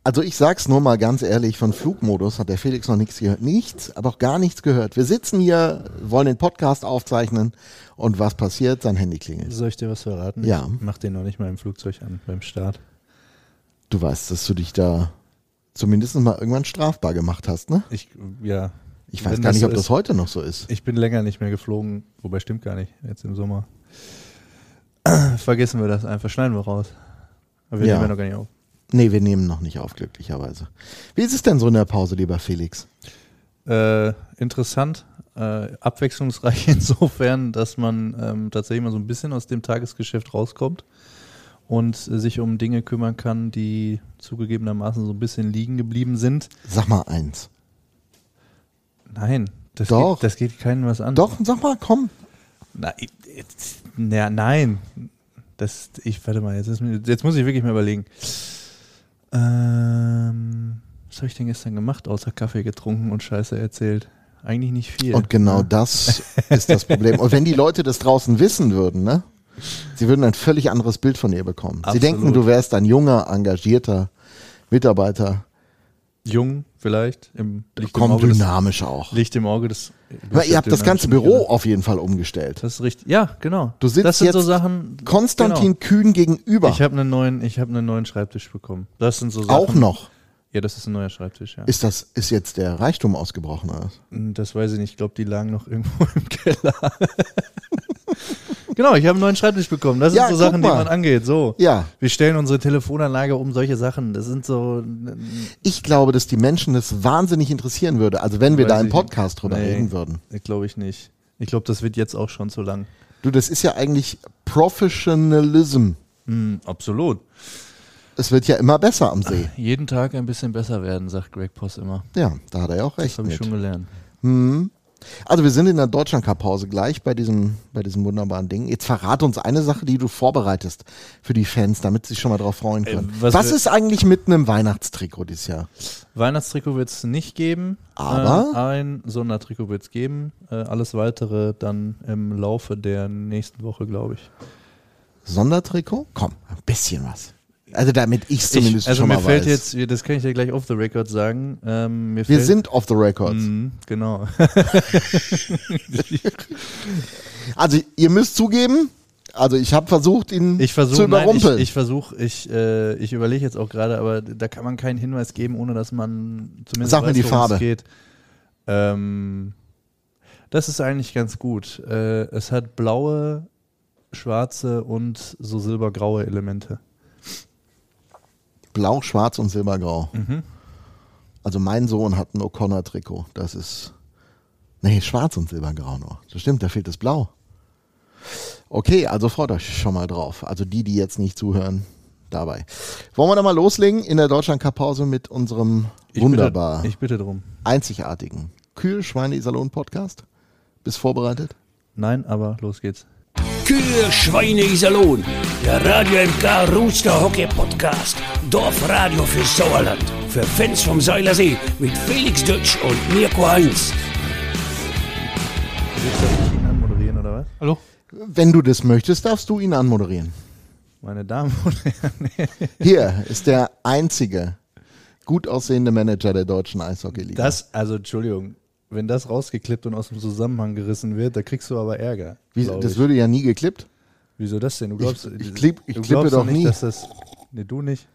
Also ich sag's nur mal ganz ehrlich, von Flugmodus hat der Felix noch nichts gehört. Nichts, aber auch gar nichts gehört. Wir sitzen hier, wollen den Podcast aufzeichnen und was passiert? Sein Handy klingelt. Soll ich dir was verraten? Ja. Ich mach den noch nicht mal im Flugzeug an, beim Start. Du weißt, dass du dich da zumindest mal irgendwann strafbar gemacht hast, ne? Ja. Ich weiß gar nicht, ob das heute noch so ist. Ich bin länger nicht mehr geflogen, wobei stimmt gar nicht, jetzt im Sommer. Vergessen wir das einfach, schneiden wir raus. Aber wir nehmen ja noch gar nicht auf. Nee, wir nehmen noch nicht auf, glücklicherweise. Wie ist es denn so in der Pause, lieber Felix? Interessant, abwechslungsreich insofern, dass man tatsächlich mal so ein bisschen aus dem Tagesgeschäft rauskommt und sich um Dinge kümmern kann, die zugegebenermaßen so ein bisschen liegen geblieben sind. Sag mal eins. Nein, das geht keinem was an. Doch, sag mal, komm. Nein. Warte mal, jetzt muss ich wirklich mal überlegen. Was habe ich denn gestern gemacht, außer Kaffee getrunken und Scheiße erzählt? Eigentlich nicht viel. Und genau das ist das Problem. Und wenn die Leute das draußen wissen würden, ne? Sie würden ein völlig anderes Bild von ihr bekommen. Absolut. Sie denken, du wärst ein junger, engagierter Mitarbeiter. Jung vielleicht. Dynamisch auch. Licht im Auge des... Aber ihr habt das ganze Büro auf jeden Fall umgestellt. Das ist richtig. Ja, genau. Du sitzt das sind jetzt so Sachen, Konstantin Kühn gegenüber. Ich habe einen neuen Schreibtisch bekommen. Das sind so Sachen. Auch noch? Ja, das ist ein neuer Schreibtisch, ja. Ist jetzt der Reichtum ausgebrochen, oder? Das weiß ich nicht. Ich glaube, die lagen noch irgendwo im Keller. Genau, ich habe einen neuen Schreibtisch bekommen. Das sind so Sachen, die man angeht. So. Ja. Wir stellen unsere Telefonanlage um, solche Sachen. Das sind so... Ich glaube, dass die Menschen das wahnsinnig interessieren würde. Also wenn wir da im Podcast drüber reden würden. Glaube ich nicht. Ich glaube, das wird jetzt auch schon zu lang. Du, das ist ja eigentlich Professionalism. Absolut. Es wird ja immer besser am See. Jeden Tag ein bisschen besser werden, sagt Greg Poss immer. Ja, da hat er ja auch recht. Das habe ich schon gelernt. Also wir sind in der Deutschland-Cup-Pause gleich bei diesem wunderbaren Ding. Jetzt verrate uns eine Sache, die du vorbereitest für die Fans, damit sie sich schon mal drauf freuen können. Was ist eigentlich mit einem Weihnachtstrikot dieses Jahr? Weihnachtstrikot wird es nicht geben, aber ein Sondertrikot wird es geben. Alles Weitere dann im Laufe der nächsten Woche, glaube ich. Sondertrikot? Komm, ein bisschen was. Also damit ich es zumindest schon mal weiß. Also mir fällt jetzt, das kann ich dir gleich off the record sagen. Wir sind off the records. Genau. Also ihr müsst zugeben, also ich habe versucht, ihn zu überrumpeln. Ich überlege jetzt auch gerade, aber da kann man keinen Hinweis geben, ohne dass man zumindest Sag mir die Farbe. Es geht. Das ist eigentlich ganz gut. Es hat blaue, schwarze und so silbergraue Elemente. Blau, schwarz und silbergrau. Also mein Sohn hat ein O'Connor-Trikot. Das ist... Nee, schwarz und silbergrau nur. Das stimmt, da fehlt das Blau. Okay, also freut euch schon mal drauf. Also die jetzt nicht zuhören, dabei. Wollen wir da mal loslegen in der Deutschland-Cup-Pause mit unserem Ich bitte drum. einzigartigen Kühe-Schweine-Iserlohn-Podcast? Bist du vorbereitet? Nein, aber los geht's. Kühe, Schweine, Iserlohn, der Radio MK Rooster Hockey Podcast. Dorfradio für Sauerland. Für Fans vom Seilersee mit Felix Dutsch und Mirko Heinz. Willst du ihn anmoderieren oder was? Hallo? Wenn du das möchtest, darfst du ihn anmoderieren. Meine Damen und Herren. Hier ist der einzige gut aussehende Manager der deutschen Eishockey-Liga. Entschuldigung. Wenn das rausgeklippt und aus dem Zusammenhang gerissen wird, da kriegst du aber Ärger. Das würde ja nie geklippt. Wieso das denn? Du glaubst, ich klippe doch nicht, nie. Dass das, nee, du nicht.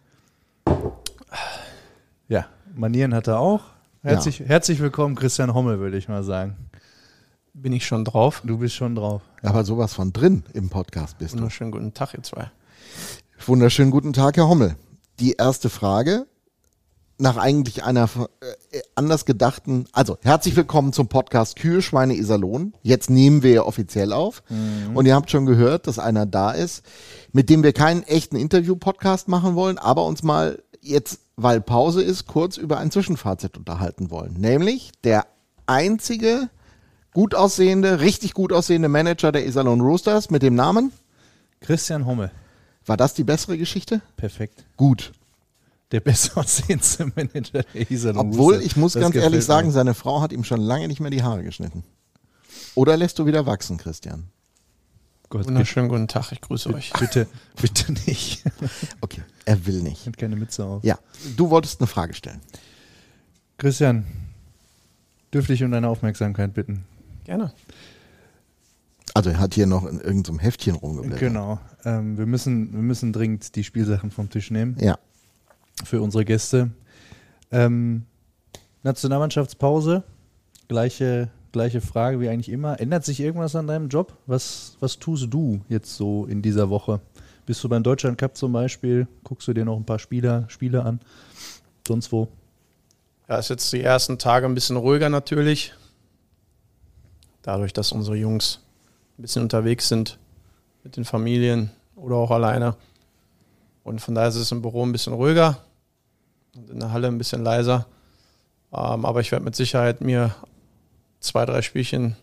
Ja, Manieren hat er auch. Herzlich willkommen, Christian Hommel, würde ich mal sagen. Bin ich schon drauf? Du bist schon drauf. Aber sowas von drin im Podcast bist du. Wunderschönen guten Tag, ihr zwei. Wunderschönen guten Tag, Herr Hommel. Die erste Frage... Nach eigentlich einer anders gedachten, also herzlich willkommen zum Podcast Kühe, Schweine, Iserlohn. Jetzt nehmen wir ja offiziell auf und ihr habt schon gehört, dass einer da ist, mit dem wir keinen echten Interview-Podcast machen wollen, aber uns mal jetzt, weil Pause ist, kurz über ein Zwischenfazit unterhalten wollen. Nämlich der einzige richtig gut aussehende Manager der Iserlohn Roosters mit dem Namen? Christian Hommel. War das die bessere Geschichte? Perfekt. Gut. Der besser aussehendste Manager der Iserlohn. Obwohl, ich muss ganz ehrlich sagen, seine Frau hat ihm schon lange nicht mehr die Haare geschnitten. Oder lässt du wieder wachsen, Christian? Gott, Wunderschönen guten Tag, ich grüße euch. bitte nicht. Okay, er will nicht. Hat keine Mütze auf. Ja, du wolltest eine Frage stellen. Christian, dürfte ich um deine Aufmerksamkeit bitten? Gerne. Also er hat hier noch in irgendeinem Heftchen rumgeblättert. Genau. Wir müssen dringend die Spielsachen vom Tisch nehmen Ja. für unsere Gäste. Nationalmannschaftspause, gleiche Frage wie eigentlich immer. Ändert sich irgendwas an deinem Job? Was tust du jetzt so in dieser Woche? Bist du beim Deutschland Cup zum Beispiel? Guckst du dir noch ein paar Spiele an? Sonst wo? Ja, ist jetzt die ersten Tage ein bisschen ruhiger natürlich. Dadurch, dass unsere Jungs ein bisschen unterwegs sind mit den Familien oder auch alleine. Und von daher ist es im Büro ein bisschen ruhiger und in der Halle ein bisschen leiser. Aber ich werde mit Sicherheit mir 2-3 Spielchen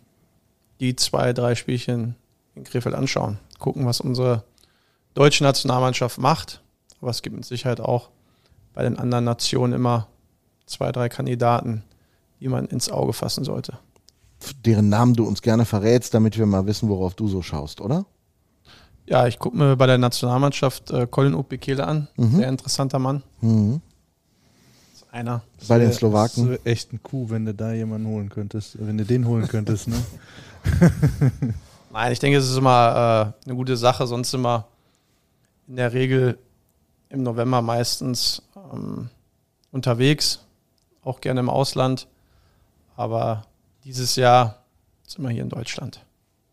in Krefeld anschauen. Gucken, was unsere deutsche Nationalmannschaft macht. Aber es gibt mit Sicherheit auch bei den anderen Nationen immer 2-3 Kandidaten, die man ins Auge fassen sollte. Deren Namen du uns gerne verrätst, damit wir mal wissen, worauf du so schaust, oder? Ja, ich gucke mir bei der Nationalmannschaft Colin Ubekele an. Sehr interessanter Mann. Mhm. Das ist einer. Bei den Slowaken. Das wäre echt ein Coup, wenn du da jemanden holen könntest. Wenn du den holen könntest, ne? Nein, ich denke, es ist immer eine gute Sache. Sonst immer in der Regel im November meistens unterwegs. Auch gerne im Ausland. Aber dieses Jahr sind wir hier in Deutschland.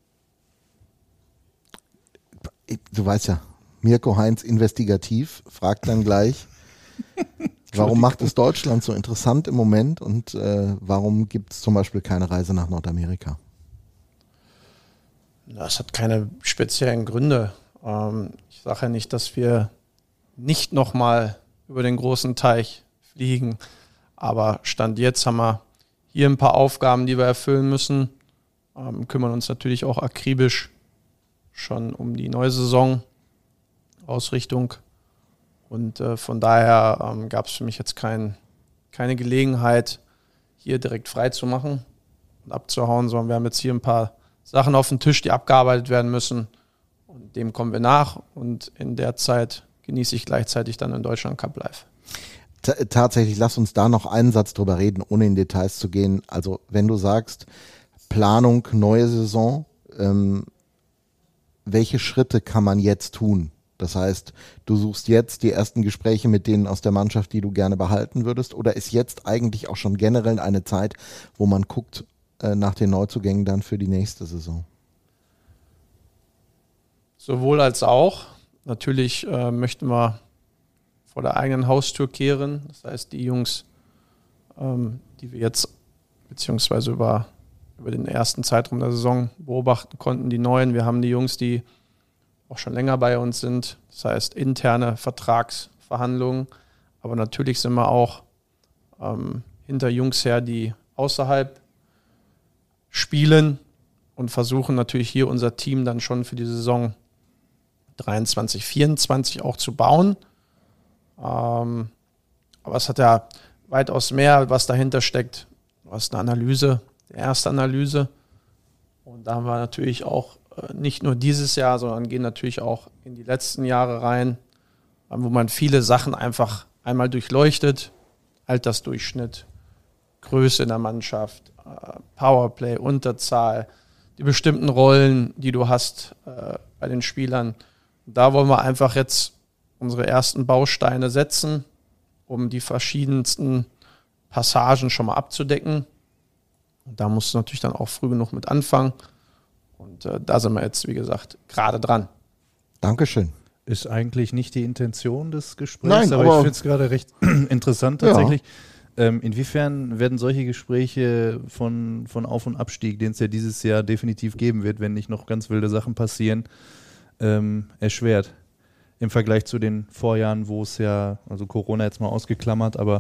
Du weißt ja, Mirko Heinz investigativ, fragt dann gleich, warum macht es Deutschland so interessant im Moment und warum gibt es zum Beispiel keine Reise nach Nordamerika? Das hat keine speziellen Gründe. Ich sage ja nicht, dass wir nicht nochmal über den großen Teich fliegen, aber Stand jetzt haben wir hier ein paar Aufgaben, die wir erfüllen müssen, kümmern uns natürlich auch akribisch schon um die neue Saison, Ausrichtung. Und von daher gab es für mich jetzt keine Gelegenheit, hier direkt frei zu machen und abzuhauen, sondern wir haben jetzt hier ein paar Sachen auf dem Tisch, die abgearbeitet werden müssen. Und dem kommen wir nach. Und in der Zeit genieße ich gleichzeitig dann in Deutschland Cup live. Tatsächlich, lass uns da noch einen Satz drüber reden, ohne in Details zu gehen. Also wenn du sagst, Planung, neue Saison, welche Schritte kann man jetzt tun? Das heißt, du suchst jetzt die ersten Gespräche mit denen aus der Mannschaft, die du gerne behalten würdest, oder ist jetzt eigentlich auch schon generell eine Zeit, wo man guckt nach den Neuzugängen dann für die nächste Saison? Sowohl als auch. Natürlich möchten wir vor der eigenen Haustür kehren. Das heißt, die Jungs, die wir jetzt beziehungsweise über den ersten Zeitraum der Saison beobachten konnten, die Neuen. Wir haben die Jungs, die auch schon länger bei uns sind. Das heißt, interne Vertragsverhandlungen. Aber natürlich sind wir auch hinter Jungs her, die außerhalb spielen und versuchen natürlich hier unser Team dann schon für die Saison 23, 24 auch zu bauen. Aber es hat ja weitaus mehr, was dahinter steckt. Du hast eine Analyse, die erste Analyse. Und da haben wir natürlich auch nicht nur dieses Jahr, sondern gehen natürlich auch in die letzten Jahre rein, wo man viele Sachen einfach einmal durchleuchtet. Altersdurchschnitt, Größe in der Mannschaft, Powerplay, Unterzahl, die bestimmten Rollen, die du hast bei den Spielern. Da wollen wir einfach jetzt unsere ersten Bausteine setzen, um die verschiedensten Passagen schon mal abzudecken. Und da musst du natürlich dann auch früh genug mit anfangen. Und da sind wir jetzt, wie gesagt, gerade dran. Dankeschön. Ist eigentlich nicht die Intention des Gesprächs, Nein, aber ich finde es gerade recht interessant tatsächlich. Ja. Inwiefern werden solche Gespräche von Auf- und Abstieg, den es ja dieses Jahr definitiv geben wird, wenn nicht noch ganz wilde Sachen passieren, erschwert? Im Vergleich zu den Vorjahren, wo es ja, also Corona jetzt mal ausgeklammert, aber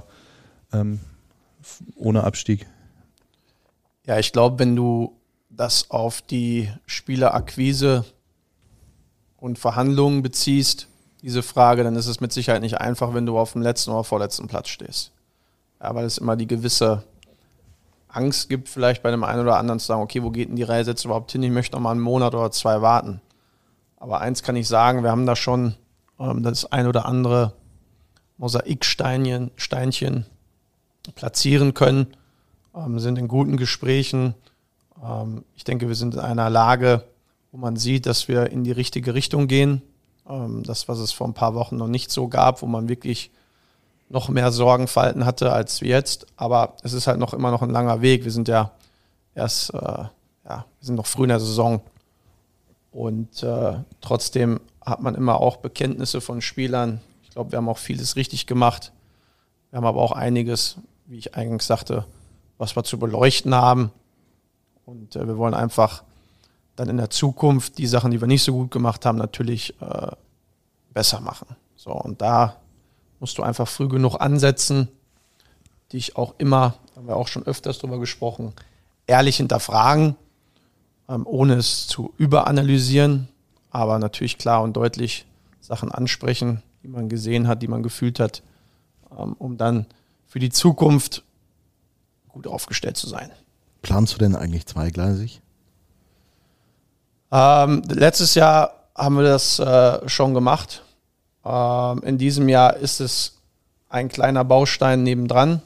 ohne Abstieg. Ja, ich glaube, wenn du das auf die Spielerakquise und Verhandlungen beziehst, diese Frage, dann ist es mit Sicherheit nicht einfach, wenn du auf dem letzten oder vorletzten Platz stehst. Ja, weil es immer die gewisse Angst gibt, vielleicht bei dem einen oder anderen zu sagen, okay, wo geht denn die Reise jetzt überhaupt hin? Ich möchte noch mal einen Monat oder 2 warten. Aber eins kann ich sagen, wir haben da schon das ein oder andere Mosaiksteinchen platzieren können, sind in guten Gesprächen. Ich denke, wir sind in einer Lage, wo man sieht, dass wir in die richtige Richtung gehen. Das, was es vor ein paar Wochen noch nicht so gab, wo man wirklich noch mehr Sorgenfalten hatte als jetzt. Aber es ist halt immer noch ein langer Weg. Wir sind ja erst, wir sind noch früh in der Saison. Und trotzdem hat man immer auch Bekenntnisse von Spielern. Ich glaube, wir haben auch vieles richtig gemacht. Wir haben aber auch einiges, wie ich eingangs sagte, was wir zu beleuchten haben. Und wir wollen einfach dann in der Zukunft die Sachen, die wir nicht so gut gemacht haben, natürlich besser machen. So, und da musst du einfach früh genug ansetzen, dich auch immer, haben wir auch schon öfters drüber gesprochen, ehrlich hinterfragen, ohne es zu überanalysieren, aber natürlich klar und deutlich Sachen ansprechen, die man gesehen hat, die man gefühlt hat, um dann für die Zukunft gut aufgestellt zu sein. Planst du denn eigentlich zweigleisig? Letztes Jahr haben wir das schon gemacht. In diesem Jahr ist es ein kleiner Baustein nebendran.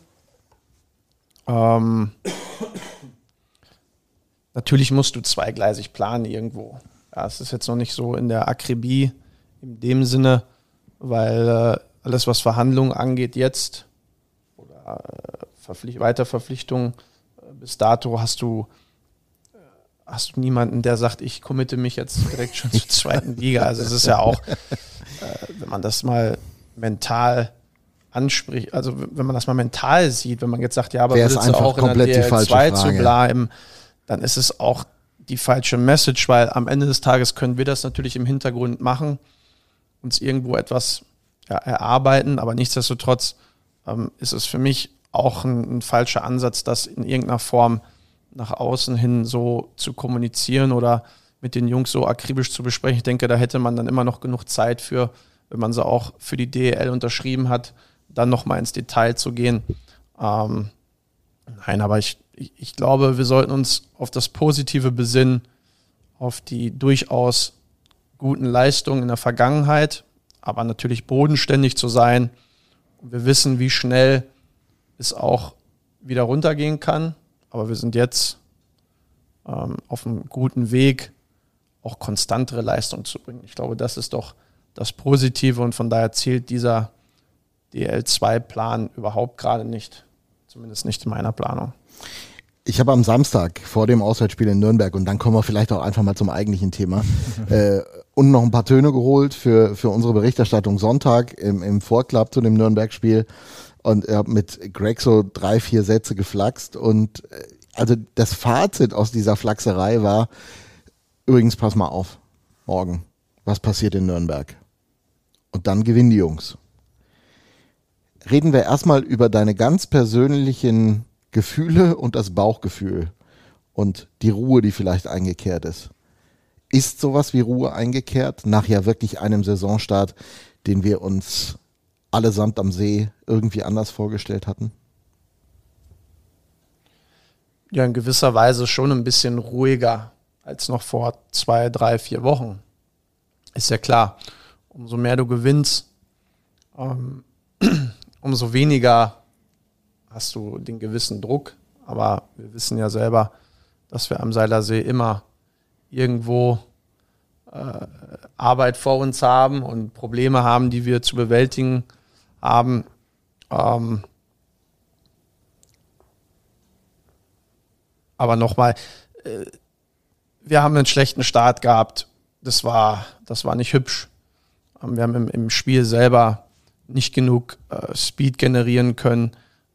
Natürlich musst du zweigleisig planen irgendwo. Ja, es ist jetzt noch nicht so in der Akribie in dem Sinne, weil alles, was Verhandlungen angeht jetzt oder Weiterverpflichtungen, bis dato hast du niemanden, der sagt, ich committe mich jetzt direkt schon zur zweiten Liga. Also es ist ja auch, wenn man das mal mental anspricht, also wenn man das mal mental sieht, wenn man jetzt sagt, ja, aber willst du auch in der DL2 zu bleiben, dann ist es auch die falsche Message, weil am Ende des Tages können wir das natürlich im Hintergrund machen, uns irgendwo etwas erarbeiten, aber nichtsdestotrotz ist es für mich auch ein falscher Ansatz, das in irgendeiner Form nach außen hin so zu kommunizieren oder mit den Jungs so akribisch zu besprechen. Ich denke, da hätte man dann immer noch genug Zeit für, wenn man sie auch für die DEL unterschrieben hat, dann nochmal ins Detail zu gehen. Nein, aber ich glaube, wir sollten uns auf das Positive besinnen, auf die durchaus guten Leistungen in der Vergangenheit, aber natürlich bodenständig zu sein. Und wir wissen, wie schnell es auch wieder runtergehen kann. Aber wir sind jetzt auf einem guten Weg, auch konstantere Leistung zu bringen. Ich glaube, das ist doch das Positive und von daher zählt dieser DL2-Plan überhaupt gerade nicht. Zumindest nicht in meiner Planung. Ich habe am Samstag vor dem Auswärtsspiel in Nürnberg, und dann kommen wir vielleicht auch einfach mal zum eigentlichen Thema, und noch ein paar Töne geholt für unsere Berichterstattung Sonntag im Vorclub zu dem Nürnberg-Spiel. Und er hat mit Greg so 3-4 Sätze geflaxt. Und also das Fazit aus dieser Flachserei war, übrigens, pass mal auf, morgen, was passiert in Nürnberg? Und dann gewinnen die Jungs. Reden wir erstmal über deine ganz persönlichen Gefühle und das Bauchgefühl und die Ruhe, die vielleicht eingekehrt ist. Ist sowas wie Ruhe eingekehrt nach ja wirklich einem Saisonstart, den wir uns allesamt am See irgendwie anders vorgestellt hatten? Ja, in gewisser Weise schon ein bisschen ruhiger als noch vor 2, 3, 4 Wochen. Ist ja klar, umso mehr du gewinnst, umso weniger hast du den gewissen Druck. Aber wir wissen ja selber, dass wir am Seilersee immer irgendwo Arbeit vor uns haben und Probleme haben, die wir zu bewältigen haben. Aber nochmal, wir haben einen schlechten Start gehabt. Das war nicht hübsch. Wir haben im Spiel selber nicht genug Speed generieren können.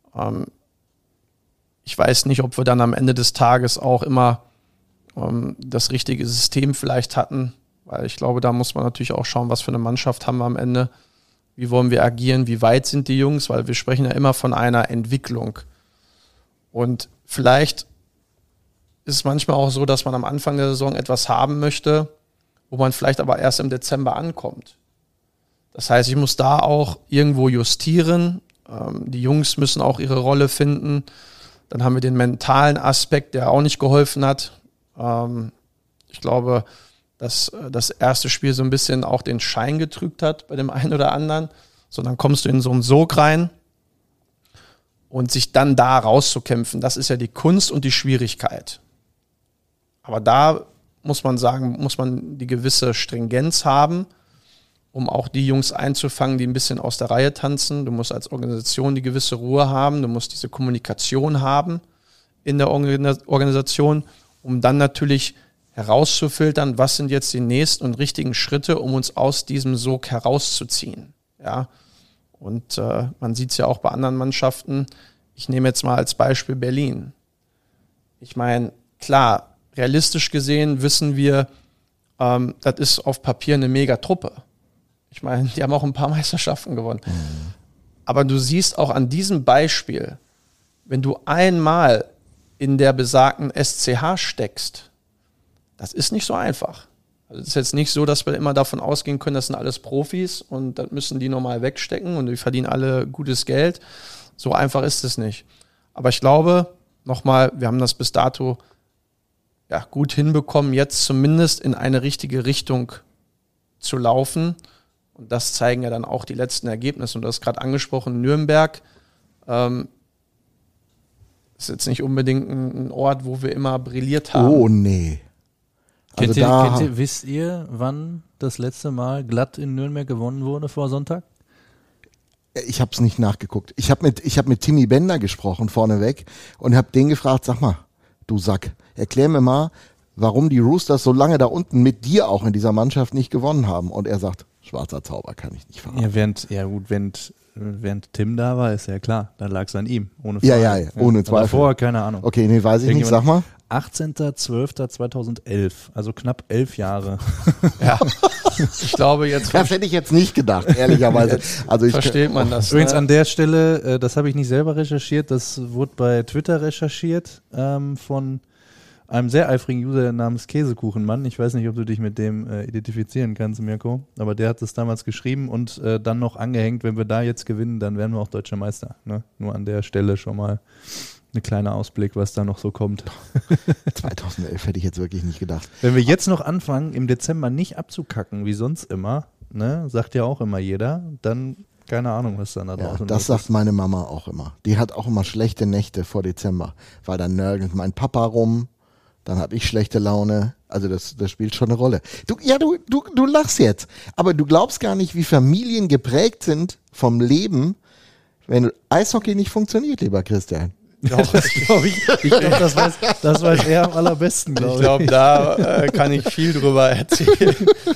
Ich weiß nicht, ob wir dann am Ende des Tages auch immer das richtige System vielleicht hatten, weil ich glaube, da muss man natürlich auch schauen, was für eine Mannschaft haben wir am Ende. Wie wollen wir agieren? Wie weit sind die Jungs? Weil wir sprechen ja immer von einer Entwicklung. Und vielleicht ist es manchmal auch so, dass man am Anfang der Saison etwas haben möchte, wo man vielleicht aber erst im Dezember ankommt. Das heißt, ich muss da auch irgendwo justieren. Die Jungs müssen auch ihre Rolle finden. Dann haben wir den mentalen Aspekt, der auch nicht geholfen hat. Ich glaube, dass das erste Spiel so ein bisschen auch den Schein getrübt hat bei dem einen oder anderen. So, dann kommst du in so einen Sog rein und sich dann da rauszukämpfen, das ist ja die Kunst und die Schwierigkeit. Aber da muss man sagen, muss man die gewisse Stringenz haben, um auch die Jungs einzufangen, die ein bisschen aus der Reihe tanzen. Du musst als Organisation die gewisse Ruhe haben, du musst diese Kommunikation haben in der Organisation, um dann natürlich herauszufiltern, was sind jetzt die nächsten und richtigen Schritte, um uns aus diesem Sog herauszuziehen. Ja? Und man sieht es ja auch bei anderen Mannschaften. Ich nehme jetzt mal als Beispiel Berlin. Ich meine, klar, realistisch gesehen wissen wir, das ist auf Papier eine Megatruppe. Ich meine, die haben auch ein paar Meisterschaften gewonnen. Aber du siehst auch an diesem Beispiel, wenn du einmal in der besagten SCH steckst, das ist nicht so einfach. Also es ist jetzt nicht so, dass wir immer davon ausgehen können, das sind alles Profis und das müssen die normal wegstecken und die verdienen alle gutes Geld. So einfach ist es nicht. Aber ich glaube, nochmal, wir haben das bis dato gut hinbekommen, jetzt zumindest in eine richtige Richtung zu laufen. Und das zeigen ja dann auch die letzten Ergebnisse. Und du hast gerade angesprochen, Nürnberg ist jetzt nicht unbedingt ein Ort, wo wir immer brilliert haben. Oh, nee. Also wisst ihr, wann das letzte Mal glatt in Nürnberg gewonnen wurde vor Sonntag? Ich habe es nicht nachgeguckt. Ich habe mit Timmy Bender gesprochen vorneweg und habe den gefragt, sag mal, du Sack, erklär mir mal, warum die Roosters so lange da unten mit dir auch in dieser Mannschaft nicht gewonnen haben. Und er sagt, schwarzer Zauber kann ich nicht verraten. Während Tim da war, ist ja klar, dann lag es an ihm, ohne Frage. Ja, ohne Zweifel. Davor, keine Ahnung. Okay, nee, weiß ich nicht, sag mal. 18.12.2011, also knapp 11 Jahre. Ja, ich glaube jetzt... Das hätte ich jetzt nicht gedacht, ehrlicherweise. Also versteht man das. Übrigens an der Stelle, das habe ich nicht selber recherchiert, das wurde bei Twitter recherchiert von einem sehr eifrigen User namens Käsekuchenmann. Ich weiß nicht, ob du dich mit dem identifizieren kannst, Mirko, aber der hat es damals geschrieben und dann noch angehängt, wenn wir da jetzt gewinnen, dann werden wir auch Deutscher Meister. Ne? Nur an der Stelle schon mal ein kleiner Ausblick, was da noch so kommt. 2011 hätte ich jetzt wirklich nicht gedacht. Wenn wir jetzt noch anfangen, im Dezember nicht abzukacken, wie sonst immer, ne, sagt ja auch immer jeder, dann keine Ahnung, was dann da draußen ist. Das sagt meine Mama auch immer. Die hat auch immer schlechte Nächte vor Dezember, weil dann nörgelt mein Papa rum, dann habe ich schlechte Laune. Also das spielt schon eine Rolle. Du lachst jetzt, aber du glaubst gar nicht, wie Familien geprägt sind vom Leben, wenn Eishockey nicht funktioniert, lieber Christian. Das glaube ich. Ich glaube, das weiß er am allerbesten, glaube ich. Ich glaube, da kann ich viel drüber erzählen.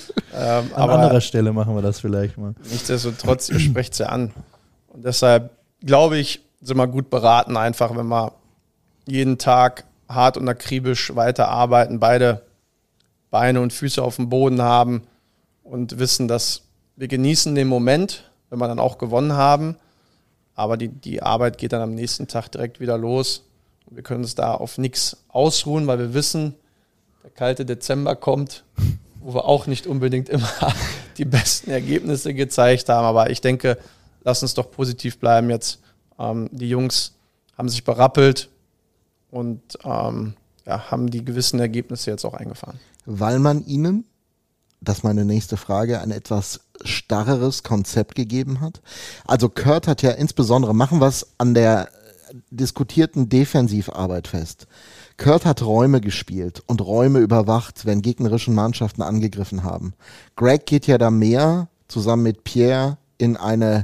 An anderer Stelle machen wir das vielleicht mal. Nichtsdestotrotz, ihr sprecht es ja an. Und deshalb glaube ich, sind wir gut beraten, einfach, wenn wir jeden Tag hart und akribisch weiterarbeiten, beide Beine und Füße auf dem Boden haben und wissen, dass wir genießen den Moment, wenn wir dann auch gewonnen haben. Aber die Arbeit geht dann am nächsten Tag direkt wieder los. Und wir können uns da auf nichts ausruhen, weil wir wissen, der kalte Dezember kommt, wo wir auch nicht unbedingt immer die besten Ergebnisse gezeigt haben. Aber ich denke, lass uns doch positiv bleiben jetzt. Die Jungs haben sich berappelt und haben die gewissen Ergebnisse jetzt auch eingefahren. Weil man ihnen, das ist meine nächste Frage, ein etwas starreres Konzept gegeben hat. Also Kurt hat ja insbesondere, machen wir es an der diskutierten Defensivarbeit fest. Kurt hat Räume gespielt und Räume überwacht, wenn gegnerischen Mannschaften angegriffen haben. Greg geht ja da mehr zusammen mit Pierre in eine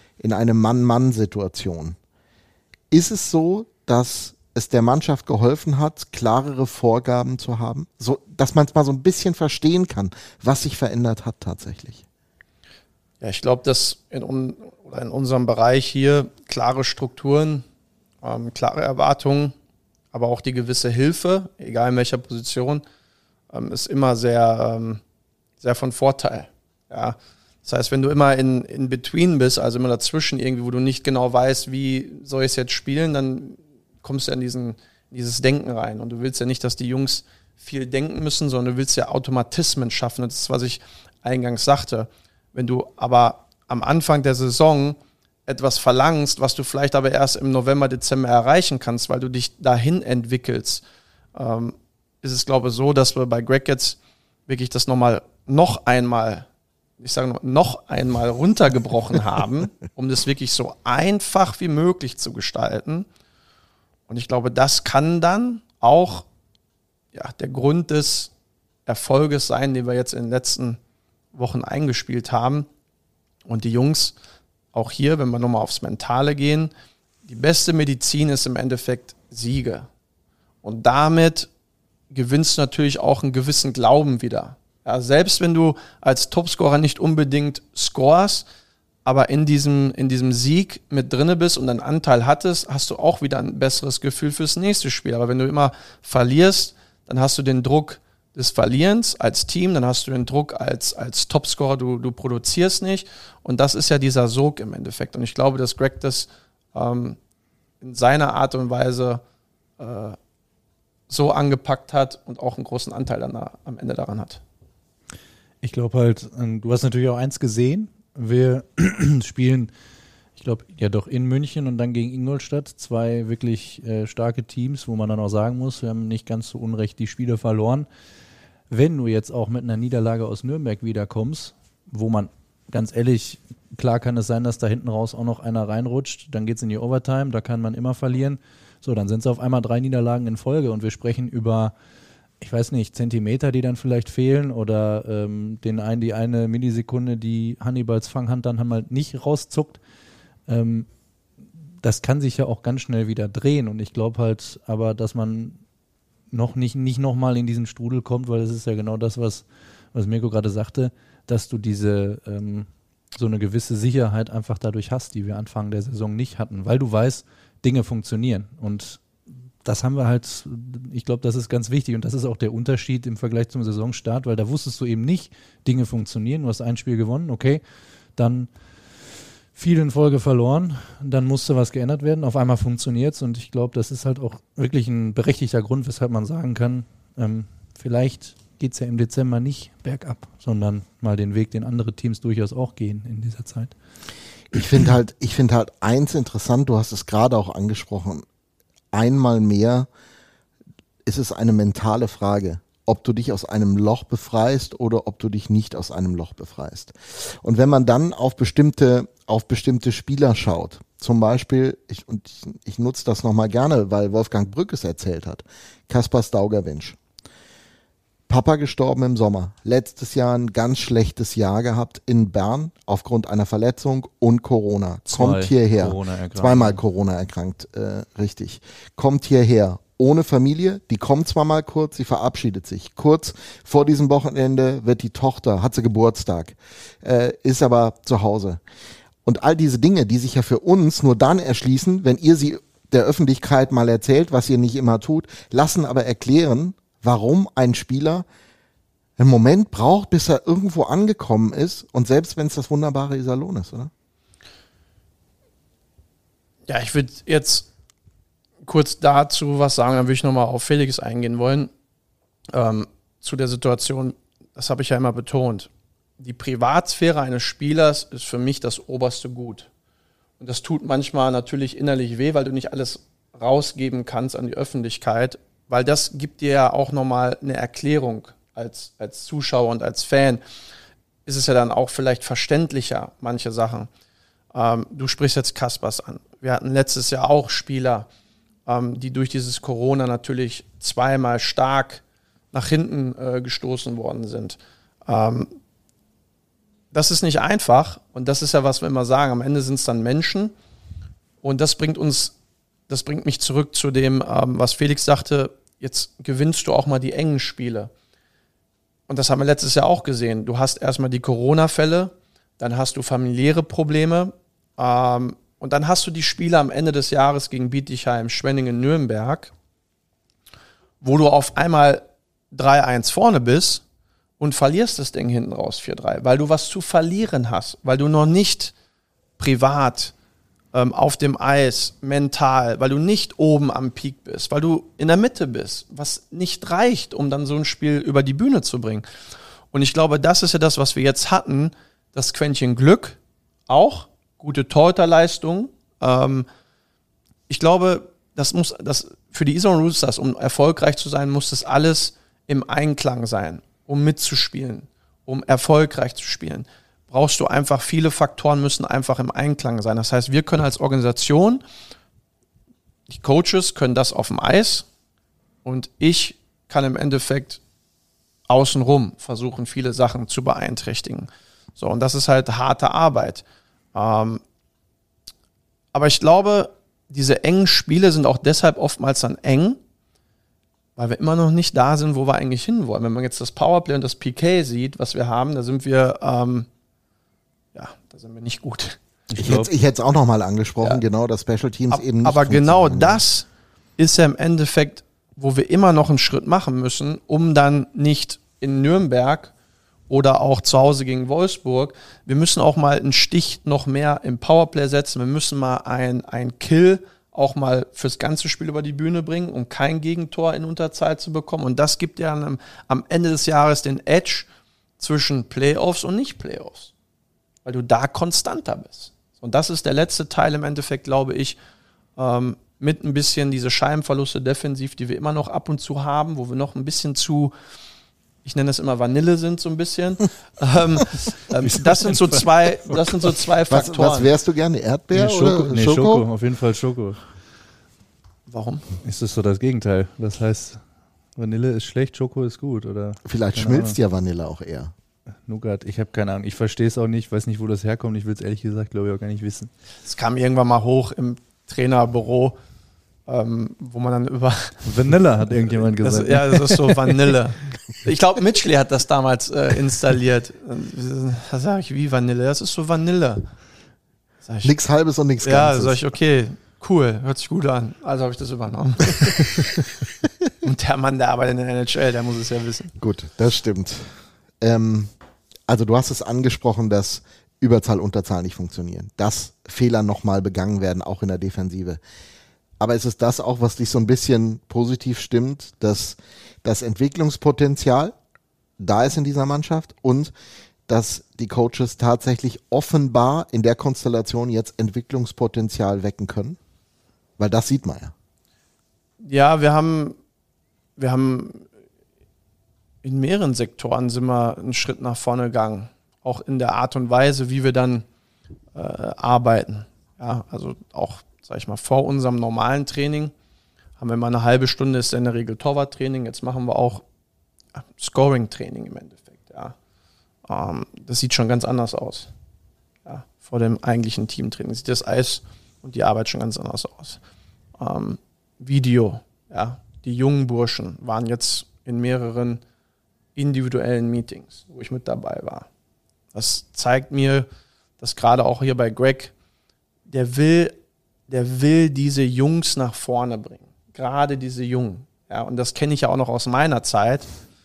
Mann-Mann-Situation. Ist es so, dass es der Mannschaft geholfen hat, klarere Vorgaben zu haben, so dass man es mal so ein bisschen verstehen kann, was sich verändert hat tatsächlich? Ja, ich glaube, dass in unserem Bereich hier klare Strukturen, klare Erwartungen, aber auch die gewisse Hilfe, egal in welcher Position, ist immer sehr, sehr von Vorteil. Ja. Das heißt, wenn du immer in between bist, also immer dazwischen irgendwie, wo du nicht genau weißt, wie soll ich es jetzt spielen, dann kommst du in dieses Denken rein. Und du willst ja nicht, dass die Jungs viel denken müssen, sondern du willst ja Automatismen schaffen. Das ist, was ich eingangs sagte. Wenn du aber am Anfang der Saison etwas verlangst, was du vielleicht aber erst im November, Dezember erreichen kannst, weil du dich dahin entwickelst, ist es, glaube ich, so, dass wir bei Greg jetzt wirklich das noch einmal runtergebrochen haben, um das wirklich so einfach wie möglich zu gestalten. Und ich glaube, das kann dann auch der Grund des Erfolges sein, den wir jetzt in den letzten Wochen eingespielt haben. Und die Jungs, auch hier, wenn wir nochmal aufs Mentale gehen, die beste Medizin ist im Endeffekt Siege. Und damit gewinnst du natürlich auch einen gewissen Glauben wieder. Ja, selbst wenn du als Topscorer nicht unbedingt scorest, aber in diesem Sieg mit drinne bist und einen Anteil hattest, hast du auch wieder ein besseres Gefühl fürs nächste Spiel. Aber wenn du immer verlierst, dann hast du den Druck des Verlierens als Team, dann hast du den Druck als Topscorer, du produzierst nicht. Und das ist ja dieser Sog im Endeffekt. Und ich glaube, dass Greg das in seiner Art und Weise so angepackt hat und auch einen großen Anteil dann am Ende daran hat. Ich glaube halt, du hast natürlich auch eins gesehen. Wir spielen, ich glaube, ja doch in München und dann gegen Ingolstadt. 2 wirklich starke Teams, wo man dann auch sagen muss, wir haben nicht ganz so unrecht die Spiele verloren. Wenn du jetzt auch mit einer Niederlage aus Nürnberg wiederkommst, wo man, ganz ehrlich, klar kann es sein, dass da hinten raus auch noch einer reinrutscht, dann geht es in die Overtime, da kann man immer verlieren. So, dann sind es auf einmal 3 Niederlagen in Folge und wir sprechen über, ich weiß nicht, Zentimeter, die dann vielleicht fehlen oder die eine Millisekunde, die Hannibals Fanghand dann halt nicht rauszuckt. Das kann sich ja auch ganz schnell wieder drehen und ich glaube halt aber, dass man nicht nochmal in diesen Strudel kommt, weil das ist ja genau das, was Mirko gerade sagte, dass du diese so eine gewisse Sicherheit einfach dadurch hast, die wir Anfang der Saison nicht hatten, weil du weißt, Dinge funktionieren und das haben wir halt, ich glaube, das ist ganz wichtig und das ist auch der Unterschied im Vergleich zum Saisonstart, weil da wusstest du eben nicht, Dinge funktionieren, du hast ein Spiel gewonnen, okay, dann viel in Folge verloren, dann musste was geändert werden, auf einmal funktioniert es und ich glaube, das ist halt auch wirklich ein berechtigter Grund, weshalb man sagen kann, vielleicht geht es ja im Dezember nicht bergab, sondern mal den Weg, den andere Teams durchaus auch gehen in dieser Zeit. Ich finde halt eins interessant, du hast es gerade auch angesprochen, einmal mehr ist es eine mentale Frage, ob du dich aus einem Loch befreist oder ob du dich nicht aus einem Loch befreist. Und wenn man dann auf bestimmte Spieler schaut, zum Beispiel, ich nutze das nochmal gerne, weil Wolfgang Brück es erzählt hat, Kaspar Staugerwinsch. Papa gestorben im Sommer, letztes Jahr ein ganz schlechtes Jahr gehabt in Bern aufgrund einer Verletzung und Corona. Kommt hierher, zweimal Corona erkrankt, richtig. Kommt hierher, ohne Familie, die kommt zwar mal kurz, sie verabschiedet sich. Kurz vor diesem Wochenende wird die Tochter, hat sie Geburtstag, ist aber zu Hause. Und all diese Dinge, die sich ja für uns nur dann erschließen, wenn ihr sie der Öffentlichkeit mal erzählt, was ihr nicht immer tut, lassen aber erklären, warum ein Spieler einen Moment braucht, bis er irgendwo angekommen ist und selbst wenn es das wunderbare Iserlohn ist, oder? Ja, ich würde jetzt kurz dazu was sagen, dann würde ich nochmal auf Felix eingehen wollen. Zu der Situation, das habe ich ja immer betont. Die Privatsphäre eines Spielers ist für mich das oberste Gut. Und das tut manchmal natürlich innerlich weh, weil du nicht alles rausgeben kannst an die Öffentlichkeit, weil das gibt dir ja auch nochmal eine Erklärung als Zuschauer und als Fan. Ist es ja dann auch vielleicht verständlicher, manche Sachen. Du sprichst jetzt Kaspers an. Wir hatten letztes Jahr auch Spieler, die durch dieses Corona natürlich zweimal stark nach hinten gestoßen worden sind. Das ist nicht einfach und das ist ja, was wir immer sagen. Am Ende sind es dann Menschen und das bringt mich zurück zu dem, was Felix sagte, jetzt gewinnst du auch mal die engen Spiele. Und das haben wir letztes Jahr auch gesehen. Du hast erstmal die Corona-Fälle, dann hast du familiäre Probleme und dann hast du die Spiele am Ende des Jahres gegen Bietigheim, Schwenningen, Nürnberg, wo du auf einmal 3-1 vorne bist und verlierst das Ding hinten raus 4-3, weil du was zu verlieren hast, weil du noch nicht privat auf dem Eis, mental, weil du nicht oben am Peak bist, weil du in der Mitte bist, was nicht reicht, um dann so ein Spiel über die Bühne zu bringen. Und ich glaube, das ist ja das, was wir jetzt hatten, das Quäntchen Glück, auch gute Torhüterleistung. Ich glaube, das für die Iserlohn Roosters, um erfolgreich zu sein, muss das alles im Einklang sein. um mitzuspielen, um erfolgreich zu spielen, brauchst du einfach, viele Faktoren müssen einfach im Einklang sein. Das heißt, wir können als Organisation, die Coaches können das auf dem Eis und ich kann im Endeffekt außenrum versuchen, viele Sachen zu beeinträchtigen. So, und das ist halt harte Arbeit. Aber ich glaube, diese engen Spiele sind auch deshalb oftmals dann eng, weil wir immer noch nicht da sind, wo wir eigentlich hinwollen. Wenn man jetzt das Powerplay und das PK sieht, was wir haben, da sind wir, da sind wir nicht gut. Ich hätte es auch nochmal angesprochen, genau, dass Special Teams eben nicht aber genau funktionieren. das ist ja im Endeffekt, wo wir immer noch einen Schritt machen müssen, um dann nicht in Nürnberg oder auch zu Hause gegen Wolfsburg, wir müssen auch mal einen Stich noch mehr im Powerplay setzen, wir müssen mal ein Kill auch mal fürs ganze Spiel über die Bühne bringen, um kein Gegentor in Unterzahl zu bekommen. Und das gibt ja am Ende des Jahres den Edge zwischen Playoffs und Nicht-Playoffs, weil du da konstanter bist. Und das ist der letzte Teil im Endeffekt, glaube ich, mit ein bisschen diese Scheibenverluste defensiv, die wir immer noch ab und zu haben, wo wir noch ein bisschen zu, ich nenne das immer Vanille sind so ein bisschen. Das sind so zwei Faktoren. Was wärst du gerne? Erdbeer oder Schoko? Schoko, auf jeden Fall Schoko. Warum? Ist das so das Gegenteil? Das heißt, Vanille ist schlecht, Schoko ist gut, oder? Vielleicht schmilzt ja Vanille auch eher. Nougat, ich habe keine Ahnung. Ich verstehe es auch nicht, weiß nicht, wo das herkommt. Ich will es ehrlich gesagt, glaube ich, auch gar nicht wissen. Es kam irgendwann mal hoch im Trainerbüro, wo man dann über... Vanille hat irgendjemand gesagt. Das ist so Vanille. Ich glaube, Mitchley hat das damals installiert. Da sage ich, wie Vanille? Das ist so Vanille. Nichts Halbes und nichts Ganzes. Ja, sage ich, okay, cool, hört sich gut an. Also habe ich das übernommen. Und der Mann, der arbeitet in der NHL, der muss es ja wissen. Gut, das stimmt. Also du hast es angesprochen, dass Überzahl, Unterzahl nicht funktionieren. Dass Fehler nochmal begangen werden, auch in der Defensive. Aber ist es das auch, was dich so ein bisschen positiv stimmt, dass das Entwicklungspotenzial da ist in dieser Mannschaft und dass die Coaches tatsächlich offenbar in der Konstellation jetzt Entwicklungspotenzial wecken können? Weil das sieht man ja. Ja, wir haben in mehreren Sektoren sind wir einen Schritt nach vorne gegangen. Auch in der Art und Weise, wie wir dann arbeiten. Ja, also auch, sag ich mal, vor unserem normalen Training haben wir mal eine halbe Stunde, ist in der Regel Torwarttraining. Jetzt machen wir auch Scoring-Training im Endeffekt. Ja. Das sieht schon ganz anders aus. Ja, vor dem eigentlichen Teamtraining sieht das Eis und die Arbeit schon ganz anders aus. Video, ja, die jungen Burschen waren jetzt in mehreren individuellen Meetings, wo ich mit dabei war. Das zeigt mir, dass gerade auch hier bei Greg, der will diese Jungs nach vorne bringen. Gerade diese Jungen. Ja, und das kenne ich ja auch noch aus meiner Zeit,